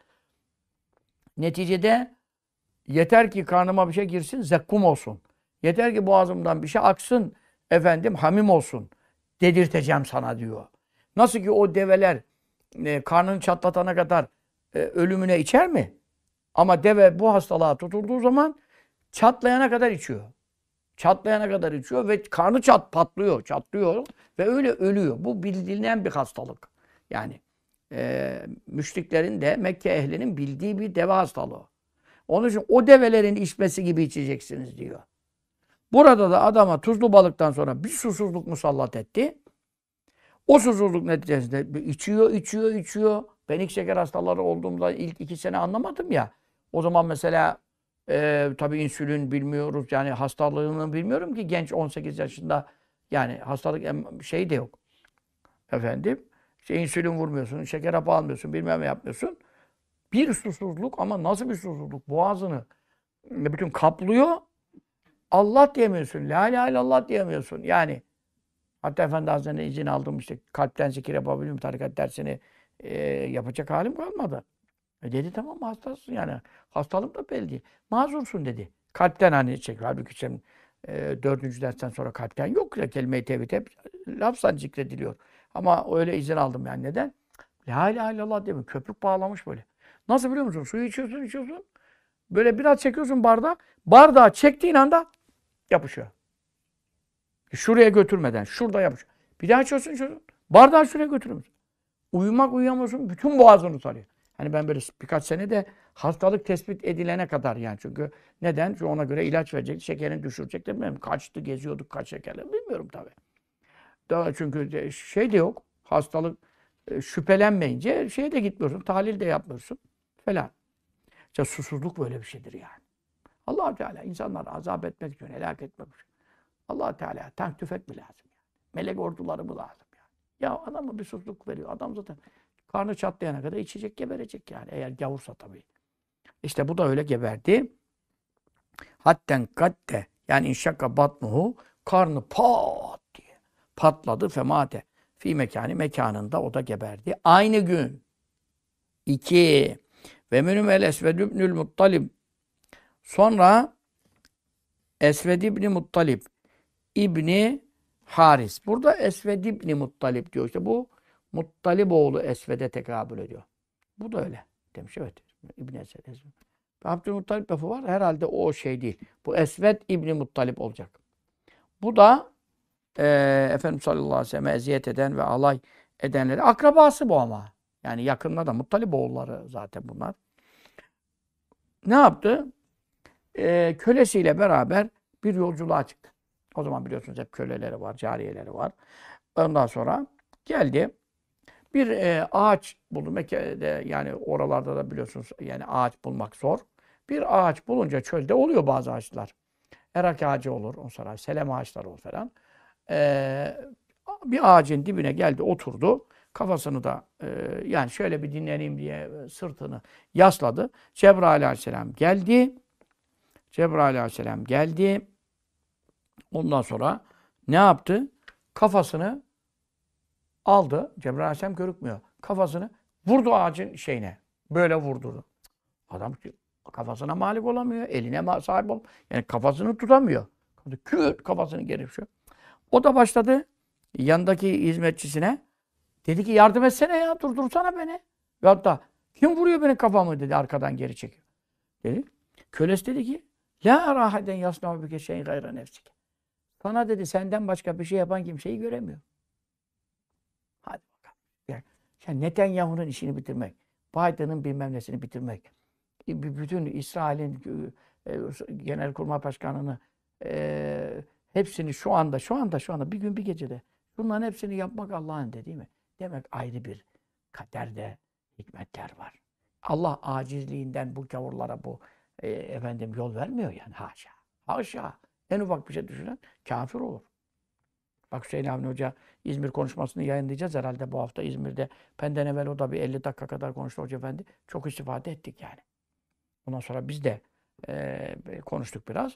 A: neticede yeter ki karnıma bir şey girsin, zekkum olsun. Yeter ki boğazımdan bir şey aksın, efendim hamim olsun. Dedirteceğim sana diyor. Nasıl ki o develer e, karnını çatlatana kadar e, ölümüne içer mi? Ama deve bu hastalığa tutulduğu zaman çatlayana kadar içiyor. Çatlayana kadar içiyor ve karnı çat patlıyor, çatlıyor ve öyle ölüyor. Bu bilinen bir hastalık. Yani e, müşriklerin de Mekke ehlinin bildiği bir deve hastalığı. Onun için o develerin içmesi gibi içeceksiniz diyor. Burada da adama tuzlu balıktan sonra bir susuzluk musallat etti. O susuzluk neticesinde içiyor, içiyor, içiyor. Ben ilk şeker hastaları olduğumda ilk iki sene anlamadım ya. O zaman mesela e, tabii insülin bilmiyoruz. Yani hastalığını bilmiyorum ki genç on sekiz yaşında yani hastalık şey de yok. Efendim işte insülin vurmuyorsun, şeker hapı almıyorsun, bilmem ne yapmıyorsun. Bir susuzluk ama nasıl bir susuzluk? Boğazını bütün kaplıyor. Allah diyemiyorsun. La ilahe illallah diyemiyorsun. Yani hatta Efendi Hazretleri'ne izin aldım işte kalpten zikir yapabiliyorum tarikat dersini e, yapacak halim kalmadı. E dedi tamam hastasın yani. Hastalığım da belli değil. Mazursun dedi. Kalpten hani çekiyor. Halbuki sen e, dördüncü dersten sonra kalpten yok ya kelime-i tevhid hep lafzan zikrediliyor. Ama öyle izin aldım yani. Neden? La ilahe illallah demiyor. Köpük bağlamış böyle. Nasıl biliyor musun? Suyu içiyorsun içiyorsun. Böyle biraz çekiyorsun bardağı. Bardağı çektiğin anda yapışıyor. Şuraya götürmeden. Şurada yapışıyor. Bir daha içiyorsun içiyorsun. Bardağı şuraya götürüyorsun. Uyumak uyuyamıyorsun. Bütün boğazını sarıyor. Hani ben böyle birkaç sene de hastalık tespit edilene kadar yani. Çünkü neden? Çünkü ona göre ilaç verecek, şekerini düşürecek de bilmiyorum. Kaçtı, geziyorduk kaç şekerle bilmiyorum tabii. Daha çünkü şey de yok. Hastalık e, şüphelenmeyince şeye de gitmiyorsun. Tahlil de yapmıyorsun. Falan. İşte susuzluk böyle bir şeydir yani. Allah Teala insanları azap etmek için, helak etmek için. Allah Teala tank tüfek mi lazım? Yani? Melek orduları mı lazım? Yani? Ya adama bir susuzluk veriyor. Adam zaten karnı çatlayana kadar içecek, geberecek yani. Eğer gavursa tabii. İşte bu da öyle geberdi. Hatten katte yani inşakka batnuhu karnı pat diye patladı femate. Fi mekani mekanında o da geberdi. Aynı gün. İki. Ve minhum el Esved ibnül Muttalib. Sonra Esved ibn Muttalib İbni Haris. Burada Esved ibn Muttalib diyor. İşte bu Muttalib oğlu Esved'e tekabül ediyor. Bu da öyle demiş. Evet. İbn Esved. Abdülmuttalib lafı var. Herhalde o şey değil. Bu Esved İbni Muttalib olacak. Bu da e, Efendimiz sallallahu aleyhi ve sellem'e eziyet eden ve alay edenleri akrabası bu ama. Yani yakında da Muttalib oğulları zaten bunlar. Ne yaptı? E, kölesiyle beraber bir yolculuğa çıktı. O zaman biliyorsunuz hep köleleri var, cariyeleri var. Ondan sonra geldi. Bir e, ağaç buldu. Mekke'de yani oralarda da biliyorsunuz yani ağaç bulmak zor. Bir ağaç bulunca çölde oluyor bazı ağaçlar. Erak ağacı olur, on sonra selem ağaçları olur falan. Ee, bir ağacın dibine geldi, oturdu. Kafasını da e, yani şöyle bir dinleneyim diye sırtını yasladı. Cebrail aleyhisselam geldi. Cebrail aleyhisselam geldi. Ondan sonra ne yaptı? Kafasını aldı. Cebrail aleyhisselam görükmüyor. Kafasını vurdu ağacın şeyine. Böyle vurdu. Adam kafasına malik olamıyor. Eline sahip olamıyor. Yani kafasını tutamıyor. Küt kafasını geri şu. O da başladı yanındaki hizmetçisine. Dedi ki yardım etsene ya. Durdursana beni. Ve hatta kim vuruyor benim kafamı dedi. Arkadan geri çekiyor. Dedi. Kölesi dedi ki la rahaten yasnav bike şeyin gayra nefsik. Sana dedi senden başka bir şey yapan kimseyi göremiyor. Hadi bakalım. Yani, yani Netanyahu'nun işini bitirmek. Biden'ın bilmem nesini bitirmek. Bütün İsrail'in e, Genelkurmay Başkanı'nı e, hepsini şu anda, şu anda, şu anda bir gün bir gecede bunların hepsini yapmak Allah'ın dediği mi? Demek ayrı bir kaderde hikmetler var. Allah acizliğinden bu gavurlara bu e, efendim yol vermiyor yani haşa. Haşa. En ufak bir şey düşünen kafir olur. Bak Hüseyin Avni Hoca İzmir konuşmasını yayınlayacağız herhalde bu hafta İzmir'de. Benden evvel o da bir elli dakika kadar konuştu Hoca Efendi. Çok istifade ettik yani. Ondan sonra biz de e, konuştuk biraz.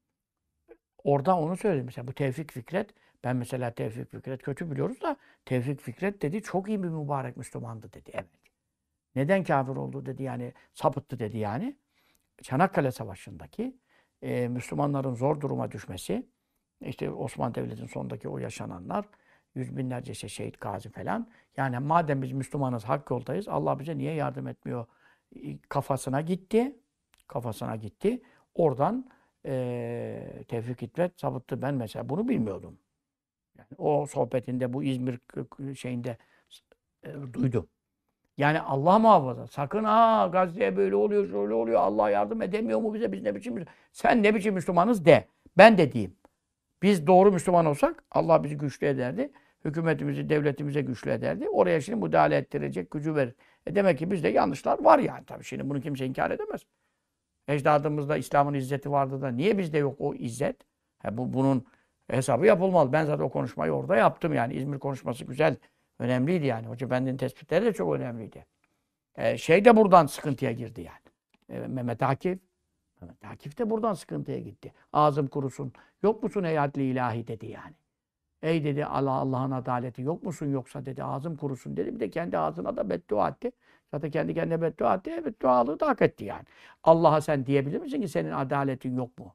A: Orada onu söyledim. Mesela bu Tevfik Fikret, ben mesela Tevfik Fikret kötü biliyoruz da Tevfik Fikret dedi çok iyi bir mübarek Müslümandı dedi. Evet. Neden kafir oldu dedi yani sapıttı dedi yani. Çanakkale Savaşı'ndaki e, Müslümanların zor duruma düşmesi, işte Osmanlı Devleti'nin sonundaki o yaşananlar, yüz binlerce şey, şehit gazi falan. Yani madem biz Müslümanız, hak yoldayız, Allah bize niye yardım etmiyor kafasına gitti. Kafasına gitti. Oradan e, Tevfik Fikret sapıttı. Ben mesela bunu bilmiyordum. Yani o sohbetinde bu İzmir şeyinde e, duydum. Yani Allah muhafaza. Sakın ha Gazze'ye böyle oluyor, şöyle oluyor. Allah yardım edemiyor mu bize? Biz ne biçim Sen ne biçim Müslümanız de. Ben de diyeyim. Biz doğru Müslüman olsak Allah bizi güçlü ederdi. Hükümetimizi, devletimize güçlü ederdi. Oraya şimdi müdahale ettirecek gücü verir. E demek ki bizde yanlışlar var yani. Tabii şimdi bunu kimse inkar edemez. Ecdadımızda İslam'ın izzeti vardı da niye bizde yok o izzet? Ha, bu, bunun hesabı yapılmalı. Ben zaten o konuşmayı orada yaptım yani. İzmir konuşması güzel, önemliydi yani. Hoca Efendi'nin tespitleri de çok önemliydi. Ee, şey de buradan sıkıntıya girdi yani. Ee, Mehmet Akif. Mehmet Akif de buradan sıkıntıya gitti. Ağzım kurusun. Yok musun ey adli ilahi dedi yani. Ey dedi Allah Allah'ın adaleti yok musun yoksa dedi ağzım kurusun dedi. Bir de kendi ağzına da beddua etti. Zaten kendi kendine beddua etti. Evet dualığı da hak etti yani. Allah'a sen diyebilir misin ki senin adaletin yok mu?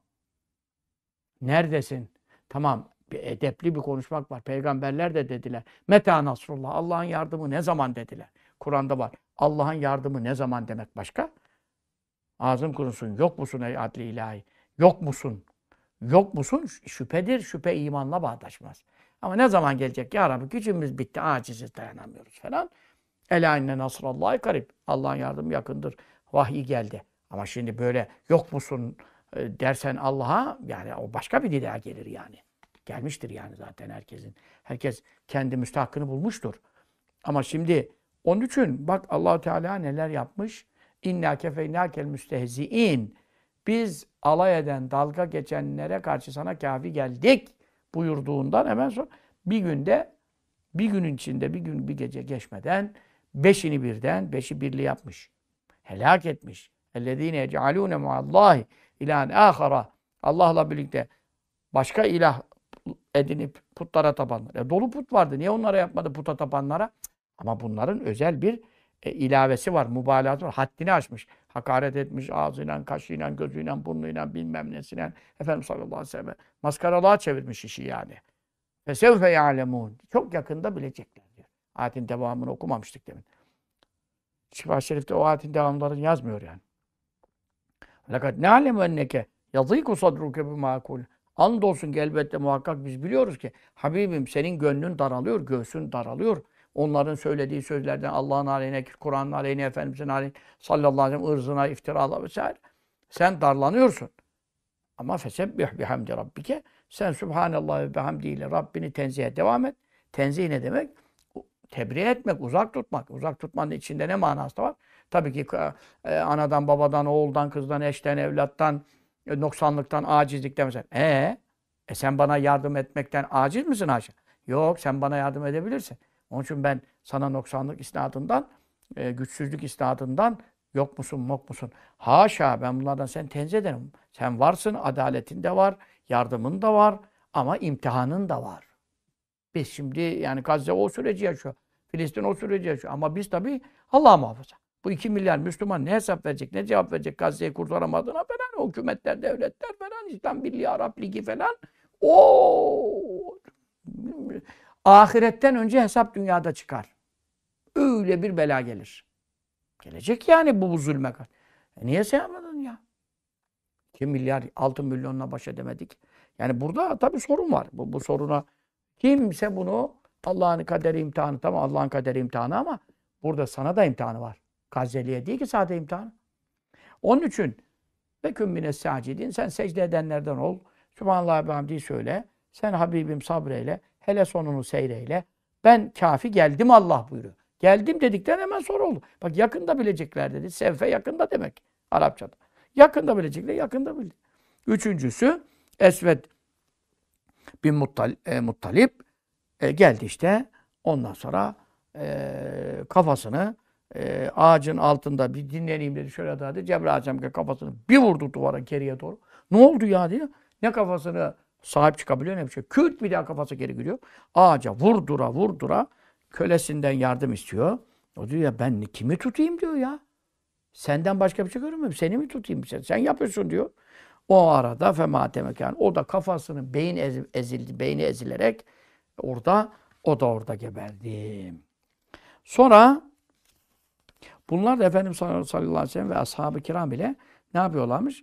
A: Neredesin? Tamam bir edepli bir konuşmak var. Peygamberler de dediler. Meta nasrullah. Allah'ın yardımı ne zaman dediler. Kur'an'da var. Allah'ın yardımı ne zaman demek başka? Ağzım kurusun. Yok musun ey adli ilahi? Yok musun? Yok musun? Şüphedir. Şüphe imanla bağdaşmaz. Ama ne zaman gelecek? Ya Rabbi gücümüz bitti. Aciziz dayanamıyoruz falan. Ela inne nasrallahi karib. Allah'ın yardımı yakındır. Vahiy geldi. Ama şimdi böyle yok musun e, dersen Allah'a yani o başka bir dile gelir yani. Gelmiştir yani zaten herkesin. Herkes kendi müstahakkını bulmuştur. Ama şimdi onun için bak Allah Teala neler yapmış? İnna kefeynâkel müstehzi'in. Biz alay eden, dalga geçenlere karşı sana kafi geldik buyurduğundan hemen sonra bir günde, bir günün içinde, bir gün bir gece geçmeden beşini birden, beşi birli yapmış. Helak etmiş. اَلَّذ۪ينَ يَجْعَلُونَ مَعَ اللّٰهِ اِلâن آخَرَ Allah'la birlikte başka ilah edinip putlara tapanlar. E dolu put vardı. Niye onlara yapmadı puta tapanlara? Ama bunların özel bir e, ilavesi var, mübalağası var. Haddini aşmış. Hakaret etmiş ağzıyla, kaşıyla, gözüyle, burnuyla, bilmem nesiyle. Efendimiz sallallahu aleyhi ve sellem maskaralığa çevirmiş işi yani. فَسَوْفَ يَعْلَمُونَ Çok yakında bilecekler diyor. Ayetin devamını okumamıştık demin. Şifa-i Şerif'te o ayetin devamlarını yazmıyor yani. Fakat ne alem enneke yazıyku sadruke bima kul. Andolsun ki elbette muhakkak biz biliyoruz ki Habibim senin gönlün daralıyor, göğsün daralıyor. Onların söylediği sözlerden Allah'ın aleyhine, Kur'an'ın aleyhine, Efendimiz'in aleyhine, sallallahu aleyhi ve sellem ırzına, iftiralar vesaire. Sen darlanıyorsun. Ama fesebbih bihamdi rabbike. Sen Subhanallah ve bihamdiyle Rabbini tenzihe devam et. Tenzih ne demek? Tebriğ etmek, uzak tutmak. Uzak tutmanın içinde ne manası var? Tabii ki e, anadan, babadan, oğuldan, kızdan, eşten, evlattan, e, noksanlıktan, acizlikten mesela. Ee, e sen bana yardım etmekten aciz misin haşa? Yok, sen bana yardım edebilirsin. Onun için ben sana noksanlık isnadından, e, güçsüzlük isnadından yok musun, mok musun? Haşa, ben bunlardan sen tenzih ederim. Sen varsın, adaletin de var, yardımın da var ama imtihanın da var. Biz şimdi yani Gazze o süreci yaşıyor. Filistin o süreci yaşıyor. Ama biz tabii Allah muhafaza. Bu iki milyar Müslüman ne hesap verecek, ne cevap verecek Gazze'yi kurtaramadığına falan. O hükümetler, devletler falan, İslam Birliği, Arap Ligi falan. O ahiretten önce hesap dünyada çıkar. Öyle bir bela gelir. Gelecek yani bu, bu zulme karşı. E niye sen yapmadın ya? iki milyar, altı milyonla baş edemedik. Yani burada tabii sorun var. Bu, bu soruna kimse bunu Allah'ın kaderi imtihanı, tamam Allah'ın kaderi imtihanı ama burada sana da imtihanı var. Gazze'liye değil ki sadece imtihanı. Onun için beküm mines sacidin sen secde edenlerden ol. Sübhanallah ve hamdi söyle. Sen Habibim sabreyle. Hele sonunu seyreyle. Ben kafi geldim Allah buyuruyor. Geldim dedikten hemen sonra oldu. Bak yakında bilecekler dedi. Sevfe yakında demek Arapçada. Yakında bilecekler, yakında bilecekler. Üçüncüsü Esved bin Muttal, e, Muttalip e, geldi işte. Ondan sonra e, kafasını e, ağacın altında bir dinleneyim dedi. Şöyle daha dedi. Cebrail Aleyhisselam kafasını bir vurdu duvara geriye doğru. Ne oldu ya diyor. Ne kafasını sahip çıkabiliyor ne bir şey. Küt bir daha kafası geri giriyor. Ağaca vurdura vurdura kölesinden yardım istiyor. O diyor ya ben kimi tutayım diyor ya. Senden başka bir şey görmüyorum. Seni mi tutayım? Sen, sen yapıyorsun diyor. O arada femate mekan. O da kafasının beyin ez, ezildi, beyni ezilerek orada o da orada geberdi. Sonra bunlar da Efendimiz sallallahu aleyhi ve sellem ve ashab-ı kiram ile ne yapıyorlarmış?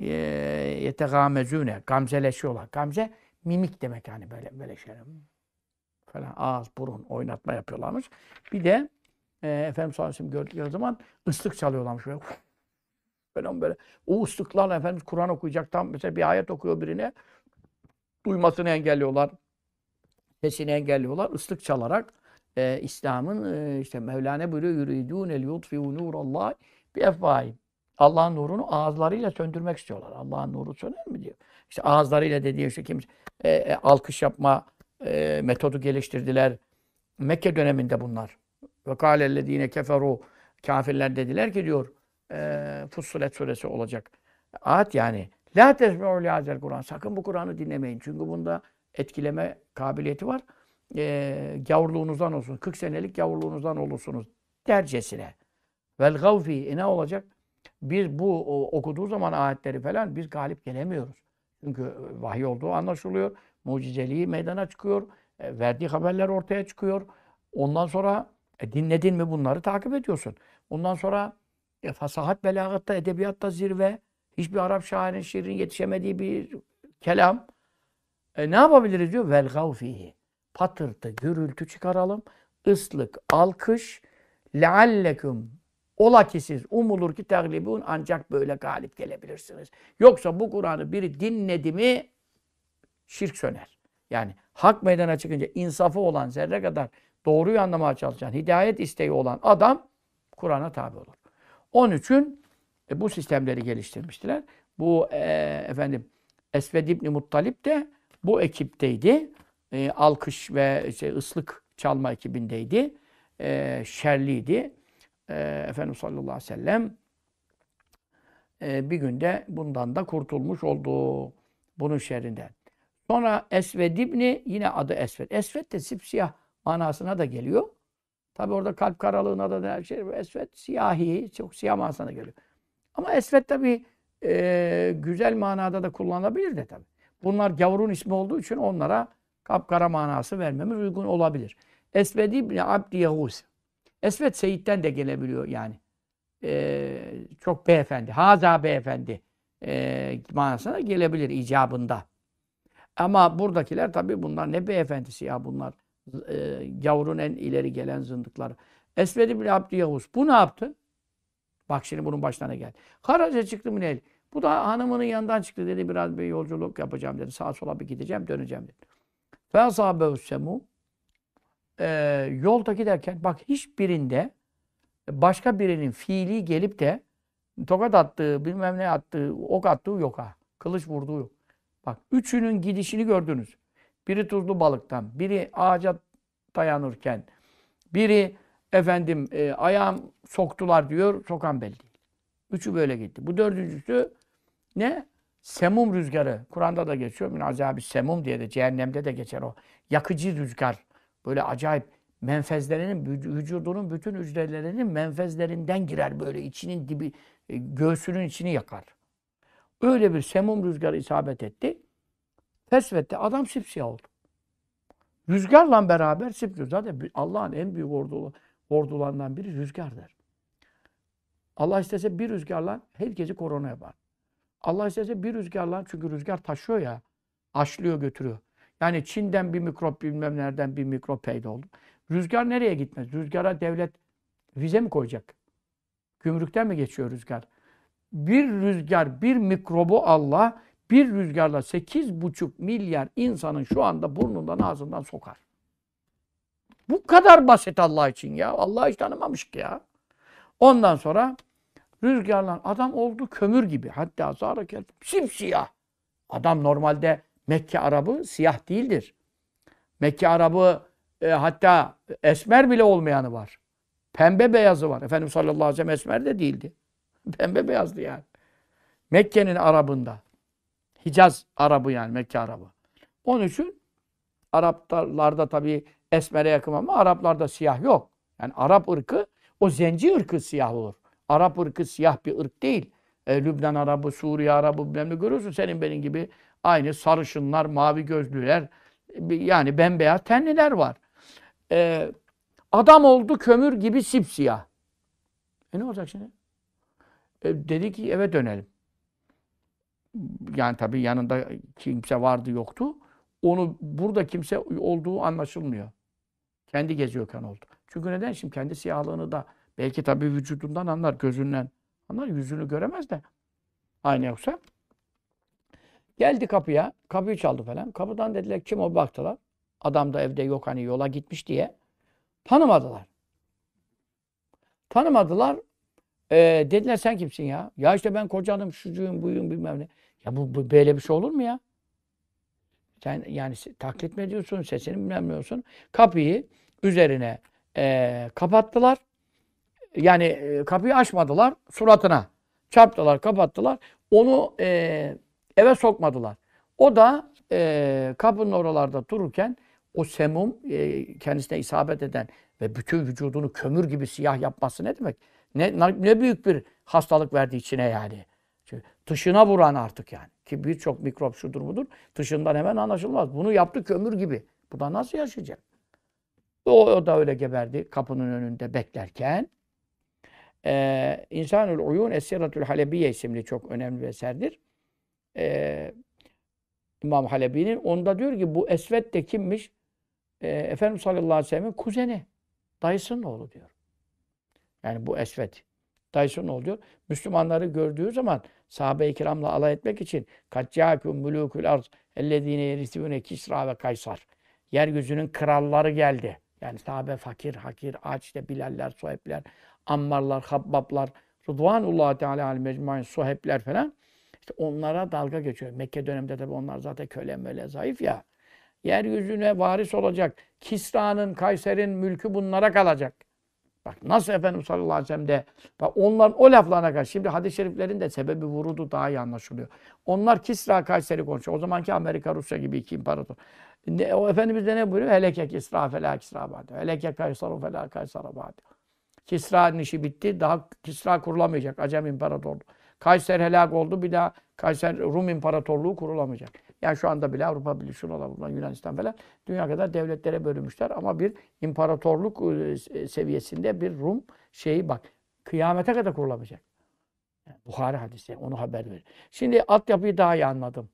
A: Yetegâmezûne, gamzeleşiyorlar. Gamze mimik demek yani böyle böyle şeyler. Falan ağız, burun oynatma yapıyorlarmış. Bir de e, Efendimiz sallallahu aleyhi ve sellem gördükleri zaman ıslık çalıyorlarmış böyle. Böyle böyle. O ıslıklarla Efendimiz Kur'an okuyacak. Tam mesela bir ayet okuyor birine. Duymasını engelliyorlar. Sesini engelliyorlar. Islık çalarak e, İslam'ın e, işte Mevlana buyuruyor yuridûne liyutfi'u nûrallâhi bi efvâhim. Allah'ın nurunu ağızlarıyla söndürmek istiyorlar. Allah'ın nuru söner mi diyor. İşte ağızlarıyla dediği işte kimse e, e, alkış yapma e, metodu geliştirdiler. Mekke döneminde bunlar. Ve kâlellezîne keferû kâfirler dediler ki diyor e, Fussilet suresi olacak. Ayet yani. La tesme'u lihazel Kur'an. Sakın bu Kur'an'ı dinlemeyin. Çünkü bunda etkileme kabiliyeti var. E, gavurluğunuzdan olsun. kırk senelik gavurluğunuzdan olursunuz. Dercesine. Vel gavfi. E ne olacak? Biz bu o, okuduğu zaman ayetleri falan biz galip gelemiyoruz. Çünkü vahiy olduğu anlaşılıyor. Mucizeliği meydana çıkıyor. E, verdiği haberler ortaya çıkıyor. Ondan sonra e, dinledin mi bunları takip ediyorsun. Ondan sonra e, fasahat, belagatta, edebiyatta zirve. Hiçbir Arap şairin, şiirin yetişemediği bir kelam. E, ne yapabiliriz diyor? Vel gavfihi. Patırtı, gürültü çıkaralım. Islık, alkış. Leallekum. Ola ki siz umulur ki teglibun ancak böyle galip gelebilirsiniz. Yoksa bu Kur'an'ı biri dinledi mi şirk söner. Yani hak meydana çıkınca insafı olan zerre kadar doğruyu anlamaya çalışan, hidayet isteği olan adam Kur'an'a tabi olur. Onun için e, bu sistemleri geliştirmiştiler. Bu e, efendim Esved İbni Muttalip de bu ekipteydi. E, alkış ve işte, ıslık çalma ekibindeydi. E, şerliydi. E, Efendimiz sallallahu aleyhi ve sellem e, bir günde bundan da kurtulmuş oldu. Bunun şerrinden. Sonra Esved İbni, yine adı Esved. Esved de sipsiyah manasına da geliyor. Tabi orada kalp karalığına da her şey. Esved siyahi, çok siyah manasına geliyor. Ama Esved tabi e, güzel manada da kullanılabilir de tabi. Bunlar gavurun ismi olduğu için onlara kapkara manası vermemiz uygun olabilir. Esved İbni Abdi Yahuz. Esved Seyit'ten de gelebiliyor yani. Ee, çok beyefendi, haza beyefendi e, manasına gelebilir icabında. Ama buradakiler tabii bunlar ne beyefendisi ya bunlar. E, gavurun en ileri gelen zındıkları. Esved ibn Abdi Yavuz. Bu ne yaptı? Bak şimdi bunun başına ne geldi. Haraca çıktı mı ne? Bu da hanımının yanından çıktı dedi. Biraz bir yolculuk yapacağım dedi. Sağa sola bir gideceğim döneceğim dedi. Fe asâbehu semû. Ee, yolda giderken bak hiçbirinde başka birinin fiili gelip de tokat attığı, bilmem ne attığı, ok attığı yok ha. Kılıç vurduğu yok. Bak üçünün gidişini gördünüz. Biri tuzlu balıktan, biri ağaca dayanırken, biri efendim e, ayağım soktular diyor, sokan belli değil. Üçü böyle gitti. Bu dördüncüsü ne? Semum rüzgarı. Kur'an'da da geçiyor. Min azâbi semum diye de cehennemde de geçer o. Yakıcı rüzgar. Böyle acayip menfezlerinin, vücudunun bütün hücrelerinin menfezlerinden girer böyle. İçinin dibi, göğsünün içini yakar. Öyle bir semum rüzgarı isabet etti. Fesvette adam sipsiyah oldu. Rüzgarla beraber sipsiyah. Zaten Allah'ın en büyük ordu, ordularından biri rüzgardır. Allah istese bir rüzgarla herkesi korona yapar. Allah istese bir rüzgarla, çünkü rüzgar taşıyor ya, aşlıyor götürüyor. Yani Çin'den bir mikrop, bilmem nereden bir mikrop peyda oldu. Rüzgar nereye gitmez? Rüzgara devlet vize mi koyacak? Gümrükten mi geçiyor rüzgar? Bir rüzgar, bir mikrobu Allah bir rüzgarla sekiz buçuk milyar insanın şu anda burnundan ağzından sokar. Bu kadar basit Allah için ya. Allah hiç tanımamış ki ya. Ondan sonra rüzgarla adam oldu kömür gibi. Hatta zâre kel simsiyah. Adam normalde Mekke Arabı siyah değildir. Mekke Arabı e, hatta esmer bile olmayanı var. Pembe beyazı var. Efendimiz sallallahu aleyhi ve sellem esmer de değildi. Pembe beyazdı yani. Mekke'nin Arabında. Hicaz Arabı yani Mekke Arabı. Onun için Araplarda tabii esmere yakın ama Araplarda siyah yok. Yani Arap ırkı o zenci ırkı siyah olur. Arap ırkı siyah bir ırk değil. E, Lübnan Arabı, Suriye Arabı bilmem ne görüyorsun senin benim gibi aynı sarışınlar, mavi gözlüler yani bembeyaz tenliler var. E, adam oldu kömür gibi sipsiyah. E ne olacak şimdi? E, dedi ki eve dönelim. Yani tabii yanında kimse vardı yoktu. Onu burada kimse olduğu anlaşılmıyor. Kendi geziyorken oldu. Çünkü neden? Şimdi kendi siyahlığını da belki tabii vücudundan anlar, gözünden anlar, yüzünü göremez de. Aynı yoksa. Geldi kapıya, kapıyı çaldı falan. Kapıdan dediler kim o baktılar. Adam da evde yok hani yola gitmiş diye. Tanımadılar. Tanımadılar. Ee, dediler sen kimsin ya? Ya işte ben kocanım, şucuyum, buyum bilmem ne. Ya bu, bu böyle bir şey olur mu ya? Sen yani taklit mi ediyorsun, sesini bilmiyorsun. Kapıyı üzerine e, kapattılar. Yani e, kapıyı açmadılar suratına. Çarptılar, kapattılar. Onu e, eve sokmadılar. O da e, kapının oralarda dururken o semum e, kendisine isabet eden ve bütün vücudunu kömür gibi siyah yapması ne demek? Ne, ne büyük bir hastalık verdi içine yani. Çünkü dışına vuran artık yani. Ki birçok mikrop şudur budur. Dışından hemen anlaşılmaz. Bunu yaptı kömür gibi. Bu da nasıl yaşayacak? O, o da öyle geberdi kapının önünde beklerken. Ee, İnsanül Uyun Es-Siratül Halebiye isimli çok önemli bir eserdir. Ee, İmam Halebi'nin. Onda diyor ki bu Esved de kimmiş? Ee, Efendimiz sallallahu aleyhi ve sellem'in kuzeni. Dayısının oğlu diyor. Yani bu Esved. Dayısının oğlu diyor. Müslümanları gördüğü zaman sahabe-i kiramla alay etmek için kaccâkûm mulûkül arz ellezîne yerisûne Kisra ve Kaysar. Yeryüzünün kralları geldi. Yani sahabe fakir, hakir, aç işte Bilaller, Suhebler, Ammarlar, Habbablar, Rıdvanullahi Teala aleyhi mecmuîn Suhebler falan. İşte onlara dalga geçiyor. Mekke döneminde tabii onlar zaten köle möle zayıf ya. Yeryüzüne varis olacak. Kisra'nın, Kayser'in mülkü bunlara kalacak. Bak nasıl Efendimiz sallallahu aleyhi ve sellem de bak onların o laflarına karşı şimdi hadis-i şeriflerin de sebebi vurudu daha iyi anlaşılıyor. Onlar Kisra Kayser'i konuşuyor. O zamanki Amerika Rusya gibi iki imparator. Ne, o Efendimiz de ne buyuruyor? Heleke Kisra felâ Kisra bâde. Heleke Kaysaru felâ Kaysara bâde. Kisra'nın işi bitti. Daha Kisra kurulamayacak. Acem İmparatorluğu. Kayser helak oldu. Bir daha Kayser Rum İmparatorluğu kurulamayacak. Yani şu anda bile Avrupa Birliği, şuralar, Yunanistan falan dünya kadar devletlere bölünmüşler ama bir imparatorluk seviyesinde bir Rum şeyi bak kıyamete kadar kurulamayacak. Yani Buhari hadisi onu haber verir. Şimdi altyapıyı daha iyi anladım.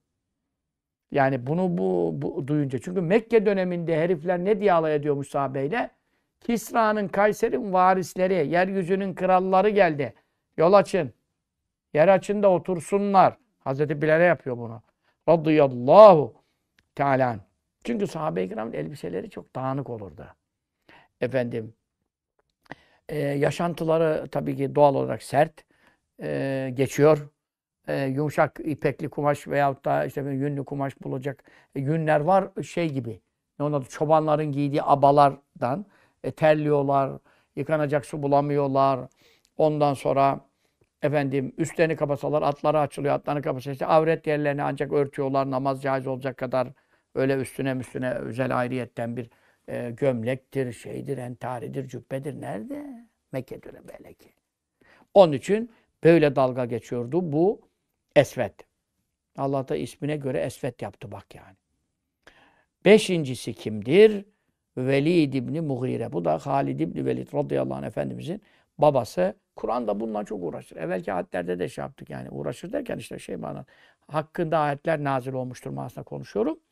A: Yani bunu bu, bu duyunca çünkü Mekke döneminde herifler ne diye alay ediyormuş sahabeyle? Kisra'nın, Kayser'in varisleri, yeryüzünün kralları geldi. Yol açın. Yer açın da otursunlar. Hazreti Bilal'e yapıyor bunu. Radıyallahu Teala. Çünkü sahabe-i kiramın elbiseleri çok dağınık olurdu. Efendim, e, yaşantıları tabii ki doğal olarak sert e, geçiyor. E, yumuşak ipekli kumaş veyahut da işte yünlü kumaş bulacak e, yünler var şey gibi. Ne onun adı? Çobanların giydiği abalardan e, terliyorlar, yıkanacak su bulamıyorlar. Ondan sonra efendim üstlerini kapasalar atları açılıyor, atlarını kapasalar işte avret yerlerini ancak örtüyorlar namaz caiz olacak kadar öyle üstüne üstüne özel ayrıyetten bir e, gömlektir, şeydir, entaridir, cübbedir. Nerede? Mekke'de öyle böyle ki. Onun için böyle dalga geçiyordu bu Esved. Allah da ismine göre Esved yaptı bak yani. Beşincisi kimdir? Velid İbni Mughire. Bu da Halid İbni Velid radıyallahu anh Efendimizin babası. Kur'an'da bununla çok uğraşır. Evvelki ayetlerde de şey yaptık yani. Uğraşır derken işte şey bana hakkında ayetler nazil olmuştur manasında konuşuyorum.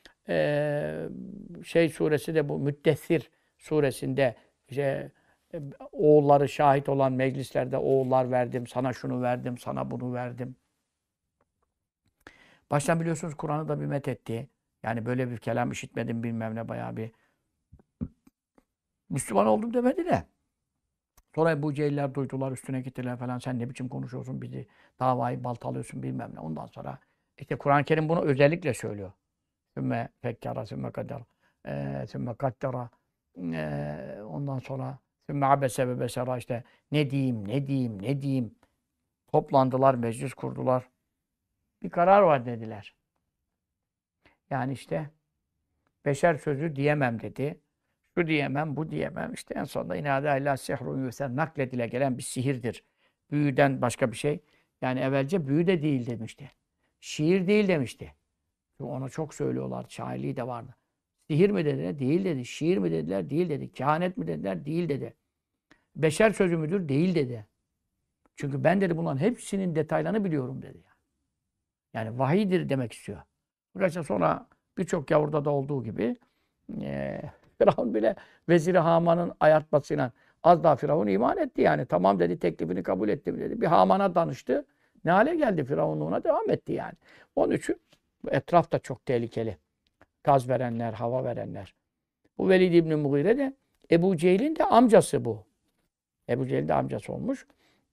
A: Ee, şey suresi de bu Müddessir suresinde işte oğulları şahit olan meclislerde oğullar verdim, sana şunu verdim, sana bunu verdim. Baştan biliyorsunuz Kur'an'ı da bir methetti. Yani böyle bir kelam işitmedim bilmem ne bayağı bir Müslüman oldum demedi de. Sonra bu Cehiller duydular, üstüne gittiler falan. Sen ne biçim konuşuyorsun bizi, davayı baltalıyorsun bilmem ne. Ondan sonra işte Kur'an-ı Kerim bunu özellikle söylüyor. Sümme fekkara, sümme kader, e, sümme kaddera. E, ondan sonra sümme abese ve besera işte ne diyeyim, ne diyeyim, ne diyeyim. Toplandılar, meclis kurdular. Bir karar var dediler. Yani işte beşer sözü diyemem dedi. Şu diyemem, bu diyemem. İşte en sonunda inâdâ illâ sihrun yusel nakledile gelen bir sihirdir. Büyüden başka bir şey. Yani evvelce büyü de değil demişti. Şiir değil demişti. Çünkü ona çok söylüyorlar. Şairliği de vardı. Sihir mi dediler? Değil dedi. Şiir mi dediler? Değil dedi. Kehanet mi dediler? Değil dedi. Beşer sözü müdür? Değil dedi. Çünkü ben dedi bunların hepsinin detaylarını biliyorum dedi. Yani vahiydir demek istiyor. Birkaç sonra birçok gavurda da olduğu gibi e, Firavun bile Vezir-i Haman'ın ayartmasıyla az daha Firavun iman etti yani. Tamam dedi, teklifini kabul etti dedi. Bir Haman'a danıştı. Ne hale geldi? Firavunluğuna devam etti yani. Onun için etraf da çok tehlikeli. Gaz verenler, hava verenler. Bu Velid İbn-i Mughire de Ebu Cehil'in de amcası bu. Ebu Cehil'in de amcası olmuş.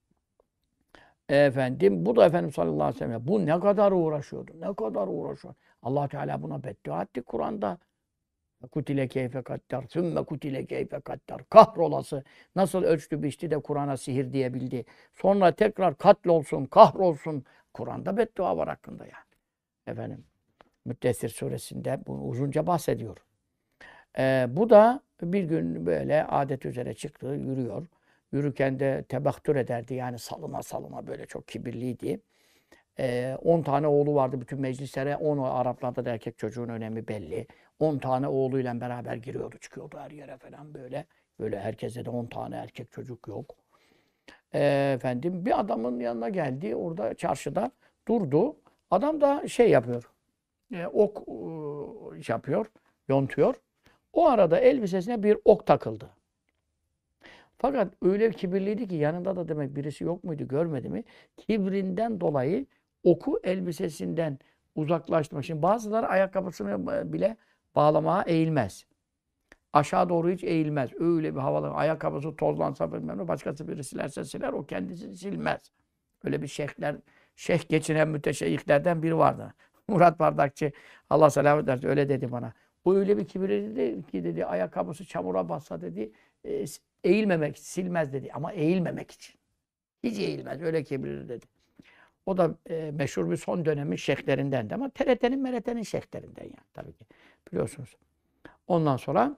A: Efendim, bu da Efendimiz sallallahu aleyhi ve sellem. Bu ne kadar uğraşıyordu, ne kadar uğraşıyordu. Allah Teala buna beddua etti Kur'an'da. Kutile keyfe kattar, sümme kutile keyfe kattar. Kahrolası nasıl ölçtü biçti de Kur'an'a sihir diyebildi. Sonra tekrar katlolsun, kahrolsun. Kur'an'da beddua var hakkında yani. Efendim, Müddessir suresinde bunu uzunca bahsediyor. Ee, bu da bir gün böyle adet üzere çıktı, yürüyor. Yürürken de tebahtür ederdi. Yani salına salına böyle çok kibirliydi. Ee, on tane oğlu vardı bütün meclislere. on Araplarda da erkek çocuğun önemi belli. on tane oğluyla beraber giriyordu, çıkıyordu her yere falan böyle. Böyle herkese de on tane erkek çocuk yok. Ee, efendim bir adamın yanına geldi. Orada çarşıda durdu. Adam da şey yapıyor. E, ok e, şey yapıyor, yontuyor. O arada elbisesine bir ok takıldı. Fakat öyle kibirliydi ki yanında da demek birisi yok muydu, görmedi mi? Kibrinden dolayı oku elbisesinden uzaklaştırmak için bazıları ayakkabısını bile bağlamaya eğilmez. Aşağı doğru hiç eğilmez. Öyle bir havalı ayakkabısı tozlansa bilmem ne başkası biri silerse siler o kendisi silmez. Öyle bir şeyhler, şeyh geçinen müteşeyyihlerden biri vardı. Murat Bardakçı Allah selamet versin öyle dedi bana. O öyle bir kibirli dedi ki dedi ayakkabısı çamura bassa dedi e, eğilmemek, silmez dedi ama eğilmemek için. Hiç eğilmez. Öyle kibirli dedi. O da e, meşhur bir son dönemin şeyhlerinden de ama T R T'nin M R T'nin şeyhlerinden yani tabii ki. Biliyorsunuz. Ondan sonra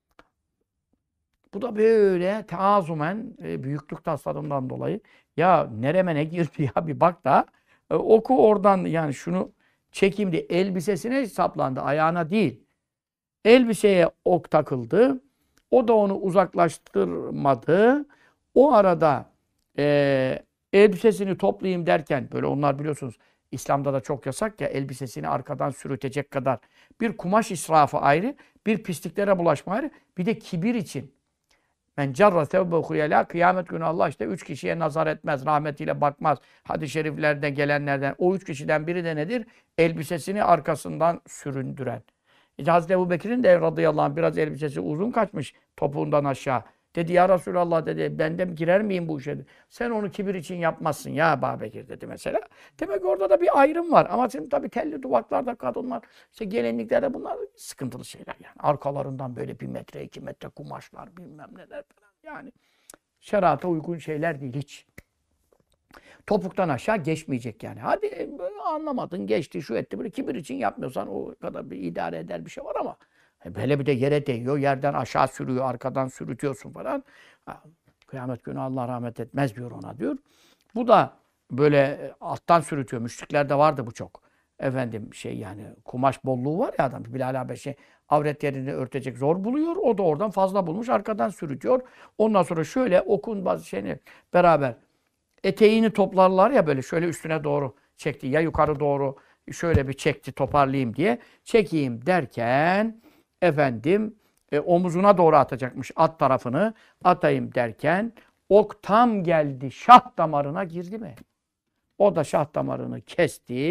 A: bu da böyle teazumen e, büyüklük taslarından dolayı ya nereme ne girdi ya bir bak da e, oku oradan yani şunu çekeyim diye elbisesine saplandı. Ayağına değil. Elbiseye ok takıldı. O da onu uzaklaştırmadı. O arada e, elbisesini toplayayım derken böyle onlar biliyorsunuz İslam'da da çok yasak ya elbisesini arkadan sürütecek kadar bir kumaş israfı ayrı, bir pisliklere bulaşma ayrı, bir de kibir için. Men carra tevbe huyela kıyamet günü Allah işte üç kişiye nazar etmez, rahmetiyle bakmaz. Hadis-i şeriflerde gelenlerden o üç kişiden biri de nedir? Elbisesini arkasından süründüren. İşte Hazreti Ebu Bekir'in de radıyallahu anh biraz elbisesi uzun kaçmış topuğundan aşağı. Dedi ya Resulallah dedi ben de girer miyim bu işe? Sen onu kibir için yapmazsın ya Ebu Bekir dedi mesela. Demek ki orada da bir ayrım var. Ama şimdi tabii telli duvaklarda kadınlar, işte gelinliklerde bunlar sıkıntılı şeyler yani. Arkalarından böyle bir metre, iki metre kumaşlar bilmem neler falan yani. Şerata uygun şeyler değil hiç. Topuktan aşağı geçmeyecek yani. Hadi anlamadın, geçti, şu etti. Böyle kibir için yapmıyorsan o kadar bir idare eder bir şey var ama böyle bir de yere değiyor, yerden aşağı sürüyor, arkadan sürütüyorsun falan. Ha, kıyamet günü Allah rahmet etmez diyor ona diyor. Bu da böyle alttan sürütüyor. Müşriklerde vardı bu çok. Efendim şey yani kumaş bolluğu var ya adam. Bilal Habeşi avret yerini örtecek zor buluyor. O da oradan fazla bulmuş, arkadan sürütüyor. Ondan sonra şöyle okun bazı şeyini beraber eteğini toplarlar ya böyle şöyle üstüne doğru çekti. Ya yukarı doğru şöyle bir çekti toparlayayım diye. Çekeyim derken efendim e, omuzuna doğru atacakmış at tarafını. Atayım derken ok tam geldi şah damarına girdi mi? O da şah damarını kesti.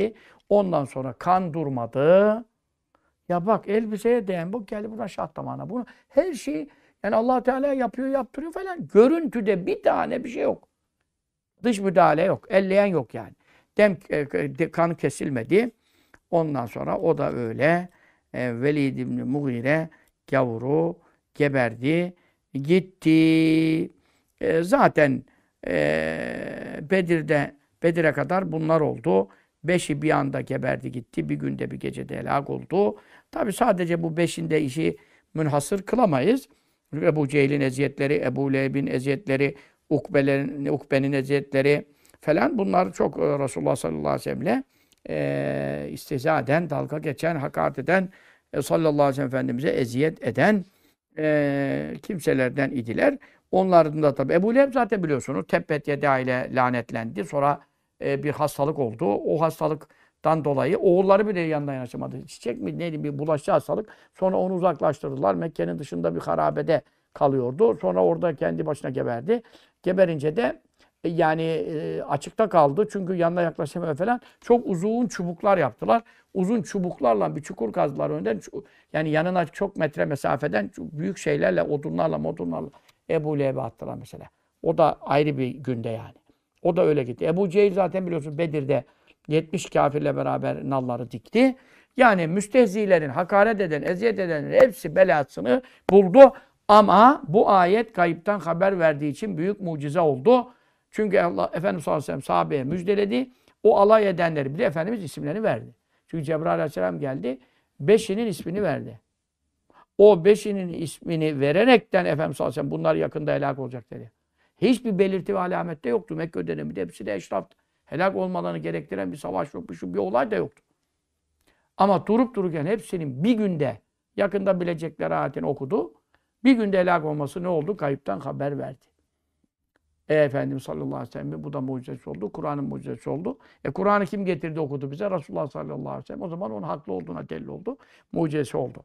A: Ondan sonra kan durmadı. Ya bak elbiseye değen bu geldi buradan şahtamana. Bunu her şeyi yani Allah Teala yapıyor, yaptırıyor falan. Görüntüde bir tane bir şey yok. Dış müdahale yok. Elleyen yok yani. Dem e, kan kesilmedi. Ondan sonra o da öyle e, Velid İbni Mughire gavuru geberdi. Gitti. E, zaten e, Bedir'de Bedir'e kadar bunlar oldu. Beşi bir anda geberdi gitti. Bir günde bir gecede helak oldu. Tabi sadece bu beşinde işi münhasır kılamayız. Ebu Cehil'in eziyetleri, Ebu Leheb'in eziyetleri, Ukbe'lerin, Ukbe'nin eziyetleri falan bunlar çok e, Resulullah sallallahu aleyhi ve sellem'le e, istihza eden, dalga geçen, hakaret eden, e, sallallahu aleyhi ve sellem Efendimiz'e eziyet eden e, kimselerden idiler. Onların da tabi Ebu Leheb zaten biliyorsunuz tebbet yeda ile lanetlendi. Sonra e, bir hastalık oldu. O hastalıktan dolayı oğulları bile yanına yanaşamadı. Çiçek mi neydi bir bulaşıcı hastalık. Sonra onu uzaklaştırdılar. Mekke'nin dışında bir harabede kalıyordu. Sonra orada kendi başına geberdi. Geberince de e, yani e, açıkta kaldı. Çünkü yanına yaklaşamıyor falan. Çok uzun çubuklar yaptılar. Uzun çubuklarla bir çukur kazdılar önden. Yani yanına çok metre mesafeden büyük şeylerle, odunlarla, modunlarla Ebu Leheb'e attılar mesela. O da ayrı bir günde yani. O da öyle gitti. Ebu Cehil zaten biliyorsun Bedir'de yetmiş kafirle beraber nalları dikti. Yani müstehzilerin, hakaret eden, eziyet edenlerin hepsi belasını buldu. Ama bu ayet kayıptan haber verdiği için büyük mucize oldu. Çünkü Allah Efendimiz sallallahu aleyhi ve sellem sahabeye müjdeledi. O alay edenleri bile Efendimiz isimlerini verdi. Çünkü Cebrail aleyhisselam geldi. Beşinin ismini verdi. O beşinin ismini vererekten Efendimiz sallallahu aleyhi ve sellem bunlar yakında helak olacak dedi. Hiçbir belirti ve alamet de yoktu. Mekke döneminde hepsi de eşraf. Helak olmalarını gerektiren bir savaş yok, bir, şu, bir olay da yoktu. Ama durup dururken hepsinin bir günde yakında bilecekleri ayetini okudu. Bir günde helak olması ne oldu? Kayıptan haber verdi. E Efendimiz sallallahu aleyhi ve sellem bu da mucizesi oldu. Kur'an'ın mucizesi oldu. E Kur'an'ı kim getirdi okudu bize? Resulullah sallallahu aleyhi ve sellem. O zaman onun haklı olduğuna delil oldu. Mucizesi oldu.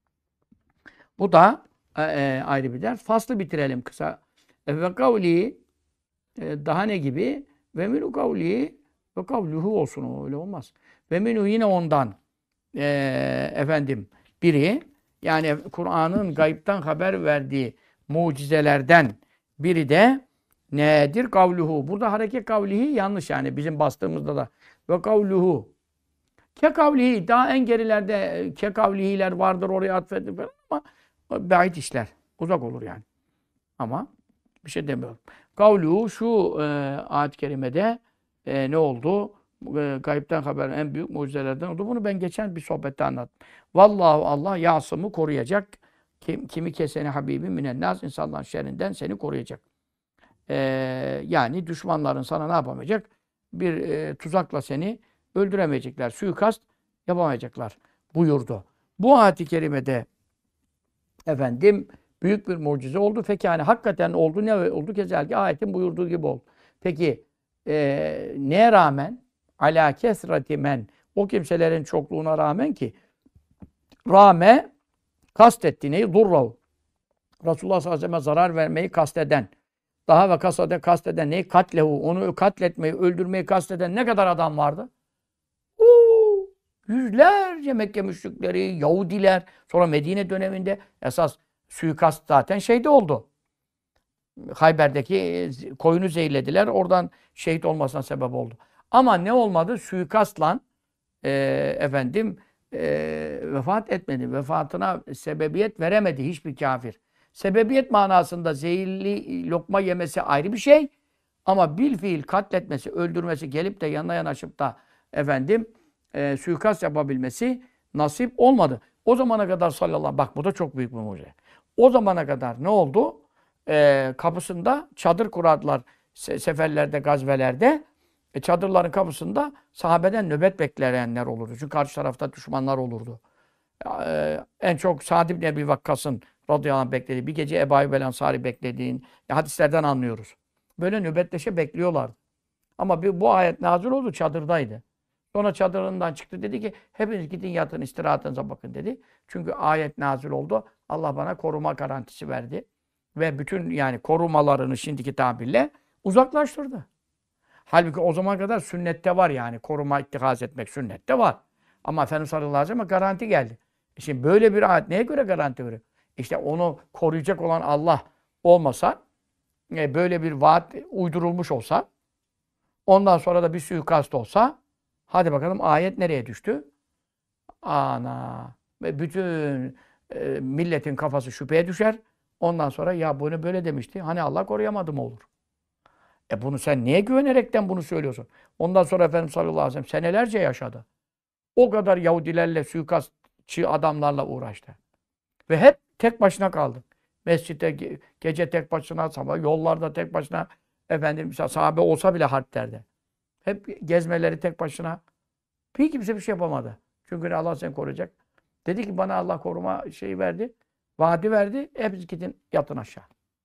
A: Bu da e, e, ayrı bir ders. Faslı bitirelim kısa. E, ve kavli e, daha ne gibi? Ve minu kavli ve kavluhu olsun o öyle olmaz. Ve minu yine ondan e, efendim biri yani Kur'an'ın gayipten haber verdiği mucizelerden biri de nedir? Kavluhu. Burada hareket kavlihi yanlış yani bizim bastığımızda da. Ve kavluhu. Ke kavlihi. Daha en gerilerde ke kavlihiler vardır oraya atfedilir ama ba'id işler. Uzak olur yani. Ama bir şey demiyorum. Kavluhu şu e, ayet-i kerimede e, ne oldu? E, gayipten haber en büyük mucizelerden oldu. Bunu ben geçen bir sohbette anlattım. Vallahu Allah yasımı koruyacak. Kim, kimi keseni Habibim minennaz insanların şerrinden seni koruyacak. E, yani düşmanların sana ne yapamayacak? Bir e, tuzakla seni öldüremeyecekler. Suikast yapamayacaklar buyurdu. Bu ayet-i kerimede efendim büyük bir mucize oldu. Peki yani hakikaten oldu ne oldu? Kezelki ayetin buyurduğu gibi oldu. Peki e, neye rağmen? Alâ kesreti men. O kimselerin çokluğuna rağmen ki rağme kastetti neyi? Durrahu. Resulullah sallallahu aleyhi ve sellem zarar vermeyi kasteden. Daha ve kasade kasteden neyi? Katlehu. Onu katletmeyi, öldürmeyi kasteden ne kadar adam vardı? Uuu, yüzlerce Mekke müşrikleri, Yahudiler. Sonra Medine döneminde esas suikast zaten şeyde oldu. Hayber'deki koyunu zehirlediler. Oradan şehit olmasına sebep oldu. Ama ne olmadı? Suikastla e, efendim e, vefat etmedi. Vefatına sebebiyet veremedi hiçbir kafir. Sebebiyet manasında zehirli lokma yemesi ayrı bir şey. Ama bilfiil katletmesi, öldürmesi, gelip de yanına yanaşıp da efendim e, suikast yapabilmesi nasip olmadı. O zamana kadar sallallahu aleyhi ve sellem, bak bu da çok büyük bir mucize. O zamana kadar ne oldu? E, kapısında çadır kurardılar se seferlerde, gazvelerde. E, çadırların kapısında sahabeden nöbet bekleyenler olurdu. Çünkü karşı tarafta düşmanlar olurdu. E, en çok Sa'd ibn Ebi Vakkas'ın radıyallahu anh beklediği, bir gece Ebu Eyyub el-Ensari beklediğin ya, hadislerden anlıyoruz. Böyle nöbetleşe bekliyorlardı. Ama bir, bu ayet nazil oldu, çadırdaydı. Sonra çadırından çıktı, dedi ki hepiniz gidin yatın, istirahatınıza bakın dedi. Çünkü ayet nazil oldu. Allah bana koruma garantisi verdi. Ve bütün yani korumalarını şimdiki tabirle uzaklaştırdı. Halbuki o zaman kadar sünnette var yani. Koruma, ittihaz etmek sünnette var. Ama Efendimiz sallallahu aleyhi ve sellem garanti geldi. E şimdi böyle bir ayet neye göre garanti veriyor? İşte onu koruyacak olan Allah olmasa, e, böyle bir vaat uydurulmuş olsa, ondan sonra da bir suikast olsa, hadi bakalım ayet nereye düştü? Ana! Ve bütün e, milletin kafası şüpheye düşer. Ondan sonra ya bunu böyle demişti. Hani Allah koruyamadı mı olur? E bunu sen niye güvenerekten bunu söylüyorsun? Ondan sonra Efendimiz sallallahu aleyhi ve sellem senelerce yaşadı. O kadar Yahudilerle, suikastçı adamlarla uğraştı. Ve hep tek başına kaldı. Mescitte ge gece tek başına, sabah yollarda tek başına, efendim sahabe olsa bile harplerde. Hep gezmeleri tek başına. Bir kimse bir şey yapamadı. Çünkü Allah seni koruyacak. Dedi ki bana Allah koruma şeyi verdi. Vaadi verdi. Hepiniz gidin yatın aşağı.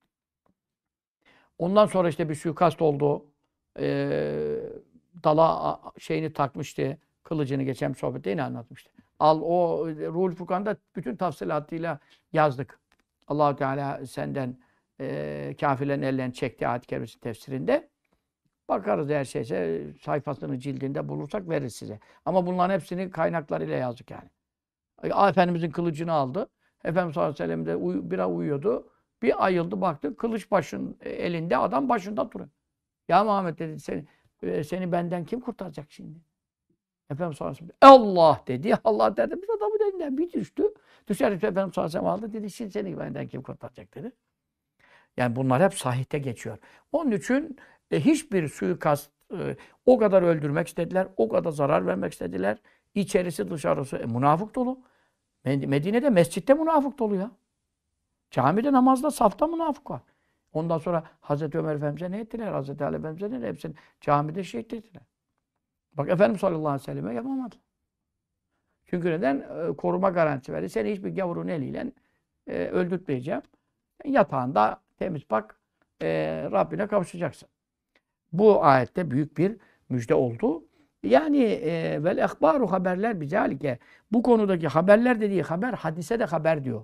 A: Ondan sonra işte bir suikast oldu. Ee, dala şeyini takmıştı. Kılıcını geçen sohbette yine anlatmıştı. Al o Ruhul Furkan'da bütün tafsilatıyla yazdık. Allah-u Teala senden e, kafirlerin ellerini çekti ayet-i kerimesi tefsirinde. Bakarız eğer şeyse sayfasını cildinde bulursak veririz size. Ama bunların hepsini kaynaklarıyla yazdık yani. Efendimizin kılıcını aldı. Efendimiz sallallahu aleyhi ve sellem de uy biraz uyuyordu. Bir ayıldı baktı kılıç başın elinde adam başında duruyor. Ya Muhammed dedi seni, seni benden kim kurtaracak şimdi? Efendimiz sallallahu aleyhi ve sellem Allah dedi. Allah dedi. Biz adamı dediler. Bir düştü. Düşer Efendimiz sallallahu aleyhi ve sellem aldı. Dedi şimdi seni benden kim kurtaracak dedi. Yani bunlar hep sahihte geçiyor. Onun için e, hiçbir suikast e, o kadar öldürmek istediler. O kadar zarar vermek istediler. İçerisi dışarısı e, münafık dolu. Medine'de mescitte münafık dolu ya. Camide, namazda, safta münafık var. Ondan sonra Hazreti Ömer Efendimiz'e ne ettiler? Hazreti Ali Efendimiz'e ne? Hepsini camide şehit ettiler. Bak Efendimiz sallallahu aleyhi ve selleme yapamadı. Çünkü neden? E, koruma garantisi verdi. Seni hiçbir gavurun eliyle e, öldürtmeyeceğim. Yatağında temiz bak e, Rabbine kavuşacaksın. Bu ayette büyük bir müjde oldu. Yani e, vel ehbaru haberler bizalike. Bu konudaki haberler dediği haber hadise de haber diyor.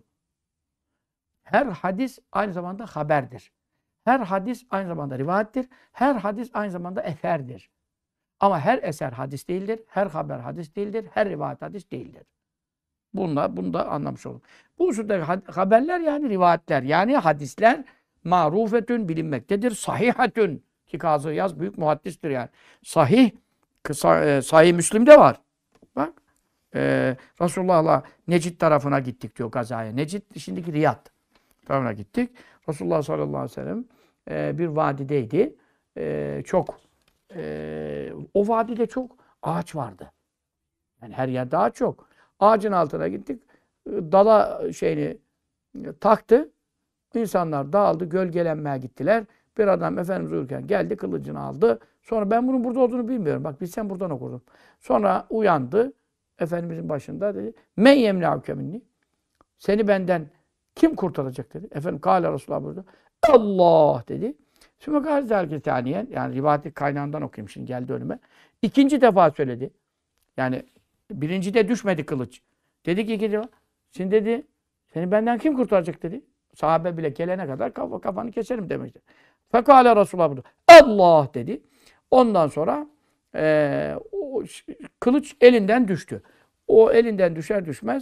A: Her hadis aynı zamanda haberdir. Her hadis aynı zamanda rivayettir. Her hadis aynı zamanda eserdir. Ama her eser hadis değildir. Her haber hadis değildir. Her rivayet hadis değildir. Bununla, bunu da anlamış olduk. Bu hususta haberler yani rivayetler. Yani hadisler marufetün bilinmektedir. Sahihatün. Ki Kazı Yaz büyük muhaddistir yani. Sahih, kısa, e, Sahih Müslim'de var. Bak. E, Resulullah'la Necid tarafına gittik diyor gazaya. Necid şimdiki Riyad tarafına gittik. Resulullah sallallahu aleyhi ve sellem e, bir vadideydi. E, çok e, o vadide çok ağaç vardı. Yani her yerde ağaç yok. Ağacın altına gittik. Dala şeyini taktı. İnsanlar dağıldı. Gölgelenmeye gittiler. Bir adam Efendimiz uyurken geldi. Kılıcını aldı. Sonra ben bunun burada olduğunu bilmiyorum. Bak bilsem buradan okurdum. Sonra uyandı. Efendimizin başında dedi. Men yemna'uke minni. Seni benden kim kurtaracak dedi. Efendim kâle Resulullah burada. Allah dedi. Sümme kâle zâlike tâniyen. Yani rivayet kaynağından okuyayım şimdi geldi önüme. İkinci defa söyledi. Yani birinci de düşmedi kılıç. Dedi ki ikinci defa. Şimdi dedi seni benden kim kurtaracak dedi. Sahabe bile gelene kadar kaf kafanı keserim demişti. Fekâle Resulullah burada. Allah dedi. Ondan sonra e, o kılıç elinden düştü. O elinden düşer düşmez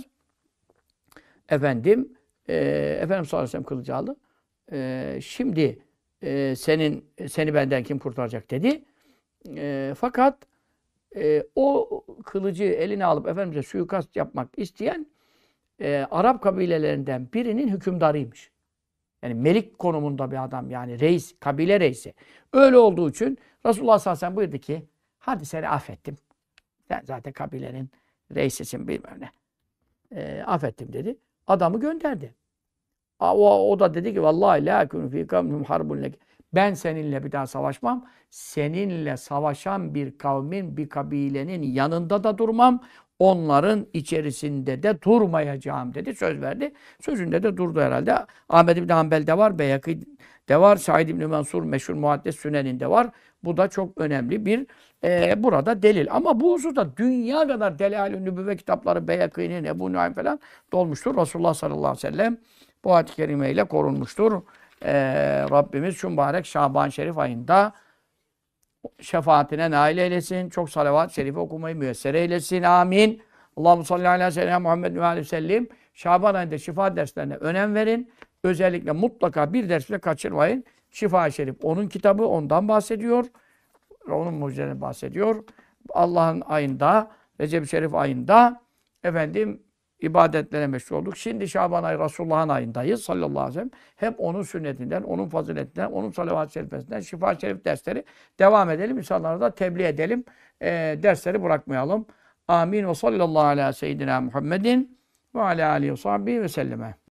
A: efendim e, Efendimiz sallallahu aleyhi ve sellem kılıcı aldı. E, şimdi e, senin seni benden kim kurtaracak dedi. E, fakat e, o kılıcı eline alıp Efendimiz'e suikast yapmak isteyen e, Arap kabilelerinden birinin hükümdarıymış. Yani melik konumunda bir adam yani reis, kabile reisi. Öyle olduğu için Resulullah sallallahu aleyhi ve sellem buyurdu ki hadi seni affettim. Sen zaten kabilenin reisisin bilmem ne. E, affettim dedi. Adamı gönderdi. O, o da dedi ki vallahi la yakunu fi kavmin harbun lek. Ben seninle bir daha savaşmam. Seninle savaşan bir kavmin, bir kabilenin yanında da durmam. Onların içerisinde de durmayacağım dedi. Söz verdi. Sözünde de durdu herhalde. Ahmed İbni Hanbel'de var. Beyhakî'de var. Said İbni Mansur meşhur Muhaddes Sünen'inde var. Bu da çok önemli bir e, burada delil. Ama bu hususta dünya kadar Delâl-i Nübüvve kitapları Beyhakî'nin, Ebu Nuaym falan dolmuştur. Resulullah sallallahu aleyhi ve sellem bu ayet-i kerimeyle korunmuştur. Ee, Rabbimiz şu mübarek Şaban Şerif ayında şefaatine nail eylesin. Çok salavat-ı şerife okumayı müyesser eylesin. Amin. Allahu salli ala seyyidina Muhammed ve aleyhi ve sellem. Şaban ayında şifa derslerine önem verin. Özellikle mutlaka bir ders bile kaçırmayın. Şifa-i Şerif onun kitabı, ondan bahsediyor. Onun mucizelerini bahsediyor. Allah'ın ayında, Recep-i Şerif ayında efendim ibadetlere meşgul olduk. Şimdi Şaban ayı Resulullah'ın ayındayız sallallahu aleyhi ve sellem. Hep onun sünnetinden, onun faziletinden, onun salavat-ı şerifesinden şifa-i şerif dersleri devam edelim. İnsanlara da tebliğ edelim. E, dersleri bırakmayalım. Amin. Ve sallallahu aleyhi ve seyyidina Muhammedin ve alâ âlihi ve sahbihi ve selleme.